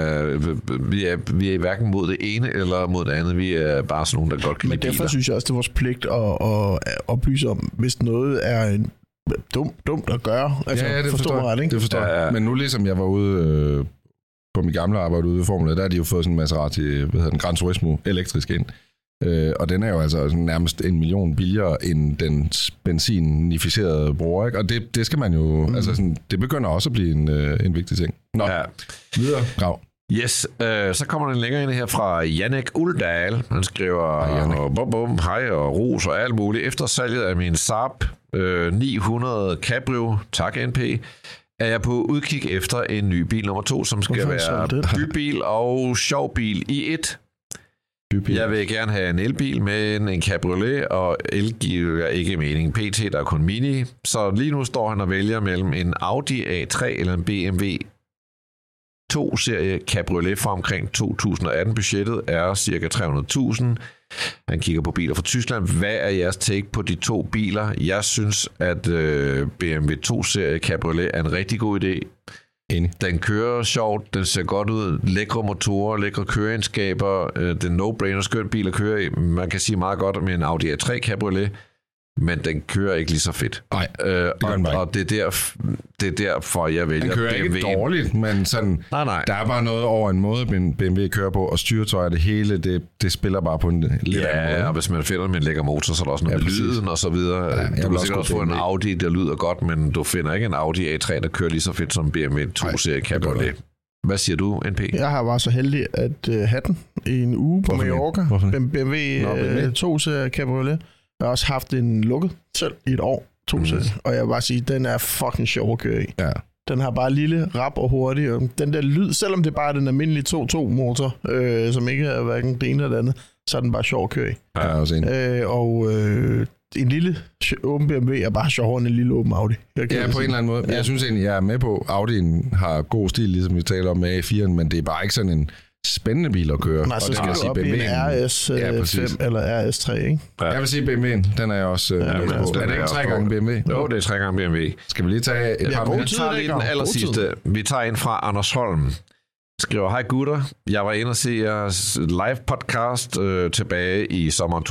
er hverken mod det ene eller mod det andet. Vi er bare sådan nogle, der godt kan lide biler. Men derfor synes jeg også, det er vores pligt at oplyse om, hvis noget er dumt at gøre. Altså, det forstår jeg. Ret, ikke? Det forstår jeg. Men nu ligesom jeg var ude på mit gamle arbejde ude i Formula, der har de jo fået sådan en Maserati, Gran Turismo elektrisk ind. Og den er jo altså nærmest 1 million billigere end den benzinificerede bruger, ikke? Og det skal man jo, altså sådan, det begynder også at blive en vigtig ting. Nå, videre, Grav. Yes, så kommer den længere ind her fra Jannik Uldal. Han skriver, hej og ros og alt muligt. Efter salget af min Saab 900 Cabrio, tak NP, er jeg på udkig efter en ny bil nummer 2, som skal være bybil og sjovbil i et. Jeg vil gerne have en elbil med en cabriolet, og el giver ikke mening. PT, der er kun mini. Så lige nu står han og vælger mellem en Audi A3 eller en BMW 2-serie cabriolet fra omkring 2018. Budgettet er cirka 300.000. Han kigger på biler fra Tyskland. Hvad er jeres take på de 2 biler? Jeg synes, at BMW 2-serie cabriolet er en rigtig god idé. Den kører sjovt, den ser godt ud, lækre motorer, lækre køreegenskaber, det er no-brainer, skøn bil at køre i. Man kan sige meget godt med en Audi A3 Cabriolet, men den kører ikke lige så fedt. Nej, det gør den bare og det er derfor, jeg vælger BMW. Den kører ikke dårligt, men sådan, nej. Der er bare noget over en måde, BMW kører på, og styretøj det hele, det spiller bare på en lidt anden måde. Ja, og hvis man finder med en lækker motor, så er der også noget med lyden og så videre. Ja, du kan sikkert også få en Audi, der lyder godt, men du finder ikke en Audi A3, der kører lige så fedt som BMW 2-serie Cabriolet. Hvad siger du, NP? Jeg har været så heldig at have den i en uge på Mallorca. BMW 2-serie Cabriolet. Jeg har også haft en lukket selv i et år, 2-serie. Og jeg vil bare sige, den er fucking sjov at køre i. Ja. Den har bare lille, rap og hurtig. Og den der lyd, selvom det bare er den almindelige 2.2-motor, som ikke er hverken det ene eller det andet, så er den bare sjov at køre i. Ja, også en lille åben BMW er bare sjovere end en lille åben Audi. Ja, på en eller anden måde. Ja. Jeg synes egentlig, jeg er med på, Audi'en har god stil, ligesom vi taler om med A4'en, men det er bare ikke sådan en spændende bil at køre. Nej, så skal du op i en RS5 eller RS3, ikke? Ja. Jeg vil sige BMW'en, den er jeg også på. Er det ikke 3 gange BMW? Jo, det er 3 gange BMW. Skal vi lige tage et par minutter? Vi tager lige den aller sidste. Vi tager en fra Anders Holm. Skriver, hej gutter, jeg var inde og se jeres live podcast tilbage i sommeren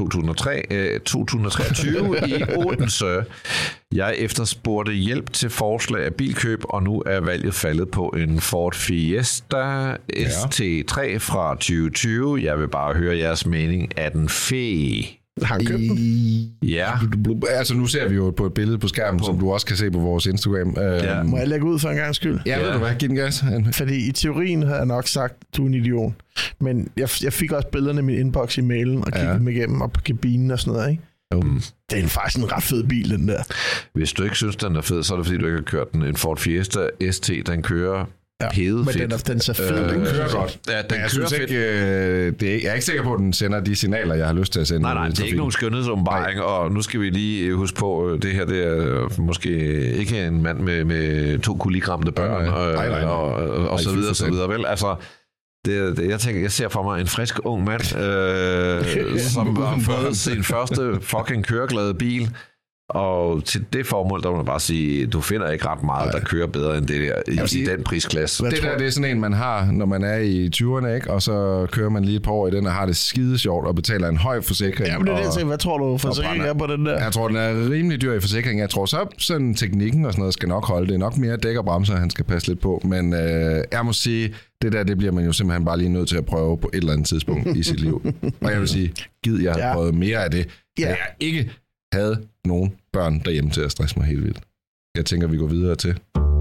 2023 i Odense. Jeg efterspurgte hjælp til forslag af bilkøb, og nu er valget faldet på en Ford Fiesta ST3 fra 2020. Jeg vil bare høre jeres mening. Er den fed? Har han købt den? Ja. Altså nu ser vi jo på et billede på skærmen, som du også kan se på vores Instagram. Må jeg lægge ud for en gang skyld? Ja, ved du hvad? Giv den gas. Fordi i teorien havde jeg nok sagt, du er en idiot. Men jeg fik også billederne i min inbox i mailen, og kiggede dem igennem op på kabinen og sådan noget, ikke? Det er faktisk en ret fed bil, den der. Hvis du ikke synes, den er fed, så er det fordi, du ikke har kørt den. En Ford Fiesta ST, den kører pede fedt. Men den ser fed. Den kører godt. Ja, den kører fedt. Jeg er ikke sikker på, at den sender de signaler, jeg har lyst til at sende. Nej, det er ikke nogen skønhedsåbenbaring, og nu skal vi lige huske på, det her det er måske ikke en mand med 2 kuligramte børn og så videre, så videre, vel? Altså, jeg ser for mig en frisk ung mand, som har fået sin første fucking køreglade bil, Og til det formål, der må man bare sige, du finder ikke ret meget, der kører bedre end det der i den prisklasse. Det der, det er sådan en, man har, når man er i 20'erne, ikke? Og så kører man lige et par år i den, og har det skide sjovt, og betaler en høj forsikring. Ja, men det er det, hvad tror du, forsikringen er på den der? Jeg tror, den er rimelig dyr i forsikring. Jeg tror så, sådan teknikken og sådan noget skal nok holde. Det er nok mere dæk og bremser, han skal passe lidt på. Men jeg må sige, det der, det bliver man jo simpelthen bare lige nødt til at prøve på et eller andet tidspunkt i sit liv. Og jeg vil sige, jeg har prøvet mere af det. Ja. Jeg ikke havde nogen børn derhjemme til at stresse mig helt vildt. Jeg tænker, vi går videre til.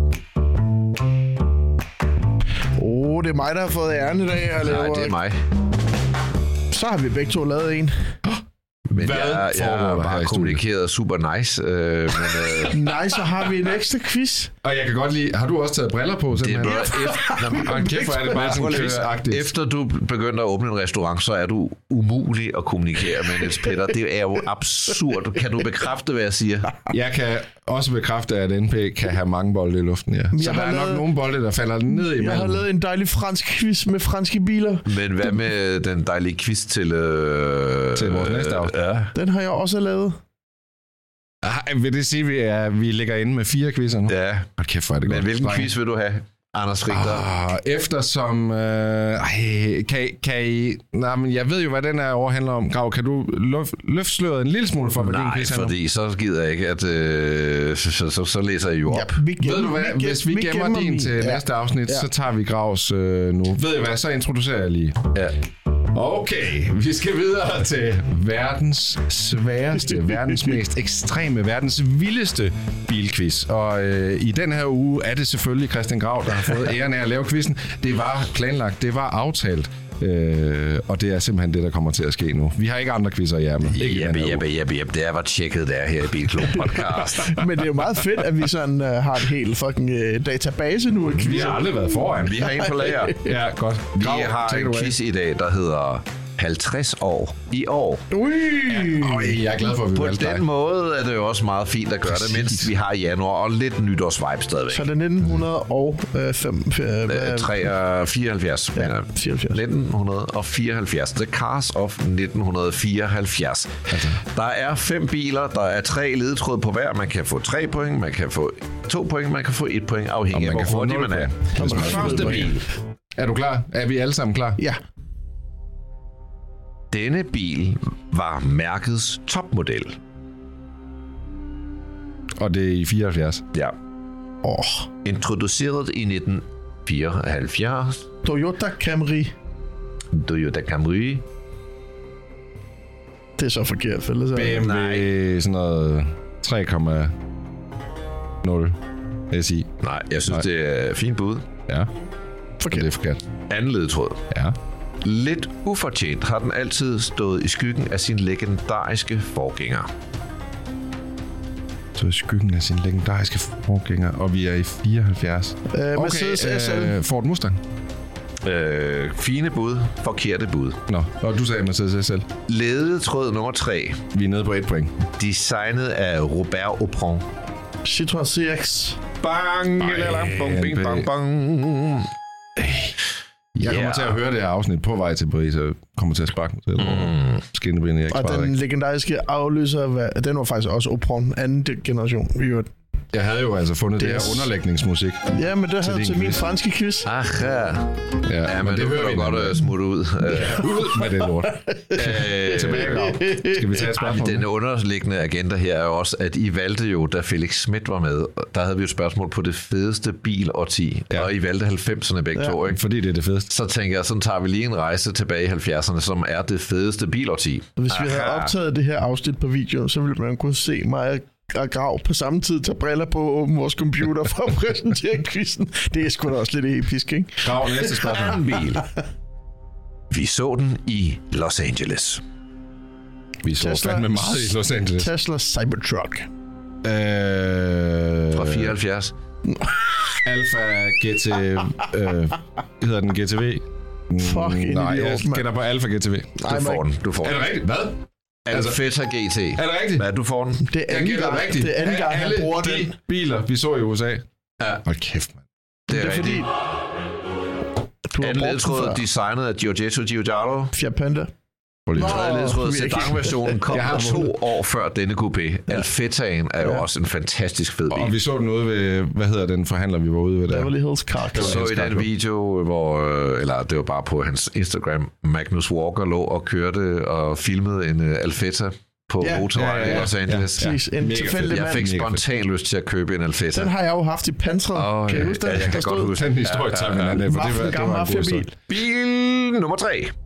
Det er mig, der har fået æren i dag. Nej, det er mig. Så har vi begge to lavet en. Men jeg har bare kommunikeret super nice. Nice, så har vi en ekstra quiz. Og jeg kan godt lide... Har du også taget briller på? Det er bare efter du begynder at åbne en restaurant, så er du umulig at kommunikere med, Niels Peter. Det er jo absurd. Kan du bekræfte, hvad jeg siger? Jeg kan også bekræfte, at NP kan have mange bolde i luften, ja. Så der er nok nogle bolde, der falder ned imellem. Jeg har lavet en dejlig fransk quiz med franske biler. Men hvad med den dejlige quiz til vores næste afsnit? Ja. Den har jeg også lavet. Vil det sige, at vi ligger inde med 4 quizzer nu? Ja. Kæft, hvor er det godt. Men hvilken quiz vil du have, Anders Richter? Eftersom... kan I... Nej, men jeg ved jo, hvad den her overhandler om. Grav, kan du løfte sløret en lille smule for, hvad din quiz handler om? Fordi så gider jeg ikke, at... Så læser jeg jo op. Ja, ved du hvad? Hvis vi gemmer din til næste afsnit, så tager vi Gravs nu. Ved I hvad? Så introducerer jeg lige. Ja. Okay, vi skal videre til verdens sværeste, verdens mest ekstreme, verdens vildeste bilquiz. Og i den her uge er det selvfølgelig Christian Grav, der har fået æren af at lave quizzen. Det var planlagt, det var aftalt. Og det er simpelthen det, der kommer til at ske nu. Vi har ikke andre quizzer i ærmet. Jep. Det var tjekket der her i Bilklub Podcast. Men det er jo meget fedt, at vi sådan har et helt fucking database nu. Vi har aldrig været foran. Vi har en på lager. Ja, godt. Vi har en quiz i dag, der hedder 50 år i år. Jeg er glad for, at vi på den måde er det jo også meget fint at gøre det, mens vi har januar og lidt nytårsvibe stadigvæk. Så det er 1974. Ja, 1974. The Cars of 1974. Altså. Der er 5 biler, der er 3 ledetråd på hver. Man kan få 3 point, man kan få 2 point, man kan få 1 point, afhængig af, hvor hurtig man er. Første bil. Er du klar? Er vi alle sammen klar? Ja. Denne bil var mærkets topmodel. Og det er i 74? Ja. Introduceret i 1974. Toyota Camry. Det er så forkert, fælles. BMW sådan noget 3,0 SI. Nej, jeg synes, det er fint bud. Ja. Forkert. Det er forkert. Anden ledetråd. Ja. Lidt ufortjent har den altid stået i skyggen af sin legendariske forgænger. Så i skyggen af sin legendariske forgænger, og vi er i 74. Mercedes SL. Ford Mustang. Fine bud, forkerte bud. Nå, og du sagde Mercedes SL. Ledetråd nummer 3. Vi er nede på 1 point. Designet af Robert Aupron. Citroën CX. Bang! Bing, bang, bang. Jeg kommer til at høre det her afsnit på vej til Paris, og kommer til at sparke mig til skinnebenet. Og den legendariske afløser, den var faktisk også Aupron, anden generation. Jeg havde jo altså fundet det her underlægningsmusik. Ja, men det havde til min franske quiz. Ja, men det hører vi godt smutte ud. Ud med det lort. Tilbage. Skal vi tage et spørgsmål? Den underliggende agenda her er også, at I valgte jo, da Felix Schmidt var med, der havde vi et spørgsmål på det fedeste bilårti, og I valgte 90'erne begge to, ikke? Fordi det er det fedeste. Så tænker jeg, sådan tager vi lige en rejse tilbage i 70'erne, som er det fedeste bilårti. Hvis vi havde optaget det her afsnit på video, så ville man kunne se mig og Grav på samme tid, tage briller på og åbne vores computer for at præsentere quizzen. Det er sgu da også lidt episk, ikke? Grav, næste spørgsmål. Bil. Vi så den i Los Angeles. Vi så fandme meget i Los Angeles. Tesla Cybertruck. Fra 74. Alfa GT... hedder den GTV? Nej, jeg gætter på Alfa GTV. Du får den. Er det rigtigt? Hvad? Alfetta GT. Er det rigtigt? Hvad du får den? Det er anden gang, rigtigt. det er anden gang, han bruger de den. Biler, vi så i USA. Ja. Hold kæft, mand. Det er fordi... Anden ledtråd designet af Giorgetto Giugiaro. Fiat Panda. Tredje ledtråd, sedan-versionen kom 2 år før denne coupé. Alfetaen er jo også en fantastisk fed bil. Og vi så den ude ved, hvad hedder den forhandler, vi var ude ved der? Beverly Hills Car Club. Så i den video, hvor, eller det var bare på hans Instagram, Magnus Walker lå og kørte og filmede en Alfetta på motorvejen i Los Angeles. Jeg fik spontan lyst til at købe en Alfetta. Den har jeg jo haft i pansret. Kan du huske det? Jeg kan godt huske den historie. Det var en bil. Bil nummer 3.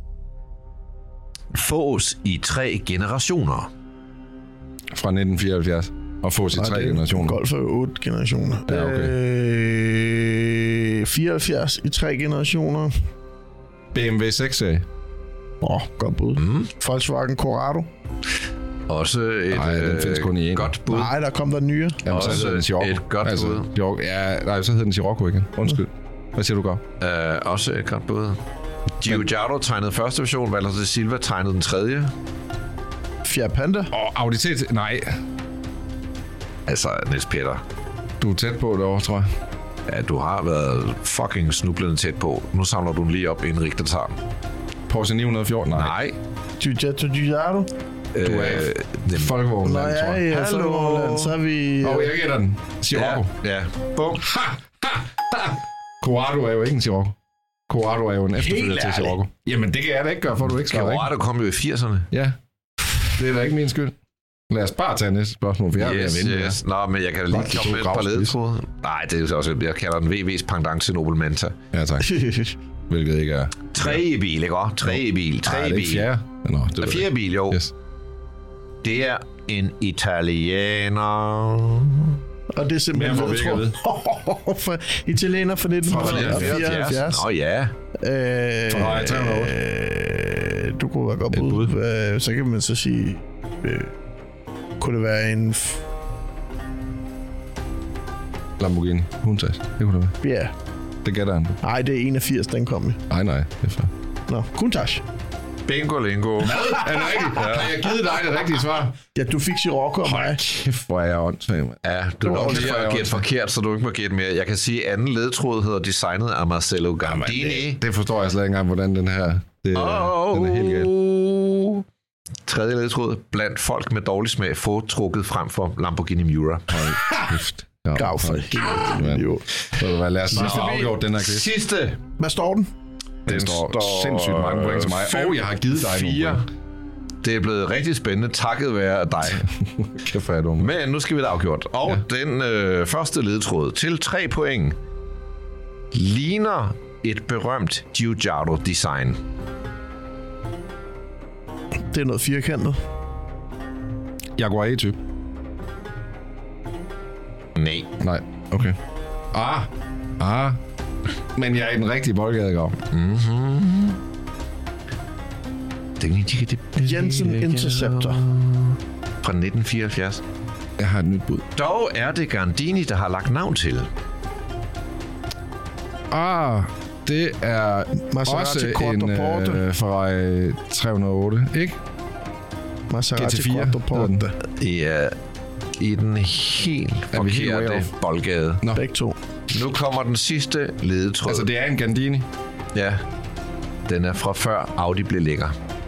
Fås i 3 generationer. Fra 1974. Og fås i 3 generationer. Golf er 8 generationer. Ja, okay. 74 i 3 generationer. BMW 6-serie. Godt bud. Volkswagen Corrado. Også et den findes kun i en. Godt bud. Nej, der kom der nye. Jamen, så hedder den Scirocco. Et godt bud. Så hedder den Scirocco igen. Undskyld. Hvad siger du, Gav? Også et godt bud. Giugiaro tegnede første version, Walter de Silva tegnede den tredje. Fiat Panda. Audi TT. Nej. Altså, Niels Peter. Du er tæt på derovre, tror jeg. Ja, du har været fucking snublende tæt på. Nu samler du den lige op, inden Richter tager den. Porsche 914? Nej. Giugiaro. Du er Folkevognland, tror jeg. Hallo. Så er vi... jeg gætter den. Scirocco. Ja. Bum. Corrado er jo ikke en Scirocco. Corrado er jo en efterfølger til Scirocco. Jamen, det kan jeg da ikke gøre, for du ikke skal. Corrado kom jo i 80'erne. Ja. Det er da ikke min skyld. Lad os bare tage næste spørgsmål, for jeg er ved at vinde. Yes. Nå, men jeg kan da lige komme med et par ledetråde. Nej, det er jo også, jeg kalder den VV's pendant til Nobel Manta. Ja, tak. Hvilket ikke er... 3 bil, ikke også? 3 bil. Nej, det er ikke fjerde. Nå, det er 4 bil, jo. Yes. Det er en italiener. Og det er simpelthen for italiener fra 1974. Nå ja. Ferrari 308. Du kunne være godt bud. Så kan man så sige, kunne det være en Lamborghini Countach? Det kunne det være. Ja. Det gætter han. Nej, det er 81, den kom i. Nej, det er fair. Nå, Countach. Bingo lingo. Er det rigtigt? Har jeg givet dig det rigtige svar? Ja, du fik Scirocco og mig. Kæft, hvor er jeg åndssvagt. Ja, du er også lige at gætte forkert, så du ikke må gætte mere. Jeg kan sige, at anden ledtråd hedder designet af Marcello Gandini. Det forstår jeg slet ikke engang, hvordan den her... den er helt galt. Tredje ledtråd. Blandt folk med dårlig smag foretrukket frem for Lamborghini Miura. Kæft. Gav for jo. Så lad os bare afgjort den her quiz. Sidste. Hvad står den? Den står sindssygt mange point til mig. Og jeg har givet dig 4. Det er blevet rigtig spændende, takket være dig. Kæft, hvor er dumt. Men nu skal vi det afgjort. Og den første ledtråd til 3 point ligner et berømt Giugiaro-design. Det er noget firkantet. Jaguar E-type. Nej. Okay. Men jeg er i den rigtige boldgade, Gav. Jensen Interceptor. Fra 1974. Jeg har et nyt bud. Dog er det Gandini, der har lagt navn til. Det er Maserati også en Ferrari 308, ikke? Maserati GT4 Quattroporte. Det er i den helt forkerte boldgade. Begge to. Nu kommer den sidste ledetråd. Altså, det er en Gandini? Ja. Den er fra før Audi blev lækker.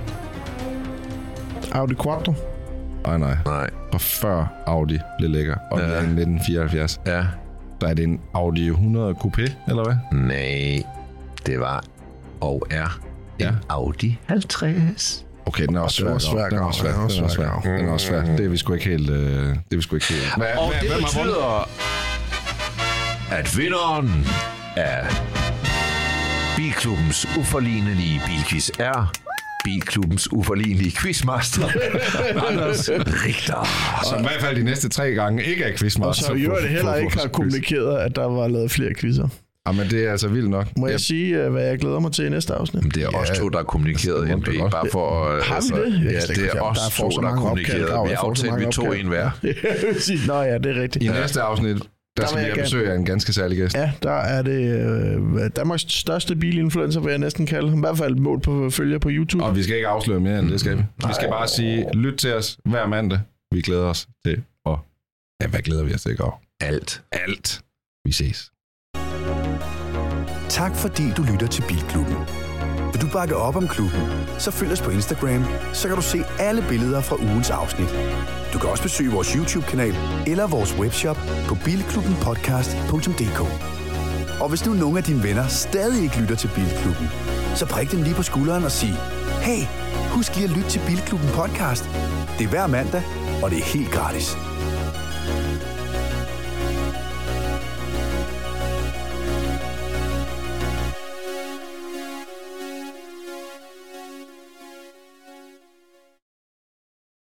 Audi Quattro? Nej. Fra før Audi blev lækker. Og det er 1974. Ja. Der er det en Audi 100 Coupé, eller hvad? Nej. Det var og er en Audi 50. Okay, den er også svær. Den er også svær. Det er vi sgu ikke helt... Og det betyder, at vinderen af Bilklubbens uforlignelige bilquiz er Bilklubbens uforlignelige quizmaster, Anders Richter. Som i hvert fald de næste 3 gange ikke er quizmaster. Og så jo det heller ikke har kommunikeret, at der var lavet flere quizzer. Jamen, det er altså vildt nok. Må jeg sige, hvad jeg glæder mig til i næste afsnit? Det er os 2, der har kommunikeret, NB. Bare for... Har vi det? Ja, det er os 2, der har kommunikeret. Vi har aftalt, vi 2 en hver. Nå ja, det er rigtigt. I næste afsnit, der skal vi have besøg af en ganske særlig gæst. Ja, der er det Danmarks største bilinfluencer, vil jeg næsten kalde ham. I hvert fald mål på følger på YouTube. Og vi skal ikke afsløre mere end det, skal vi. Vi skal bare sige, lyt til os hver mandag. Vi glæder os til at... Ja, hvad glæder vi os til at gøre? Alt. Vi ses. Tak fordi du lytter til Bilklubben. Vil du bakke op om klubben, så følg os på Instagram, så kan du se alle billeder fra ugens afsnit. Du kan også besøge vores YouTube-kanal eller vores webshop på bilklubbenpodcast.dk. Og hvis nu nogle af dine venner stadig ikke lytter til Bilklubben, så prik dem lige på skulderen og sig: hey, husk lige at lytte til Bilklubben podcast. Det er hver mandag, og det er helt gratis.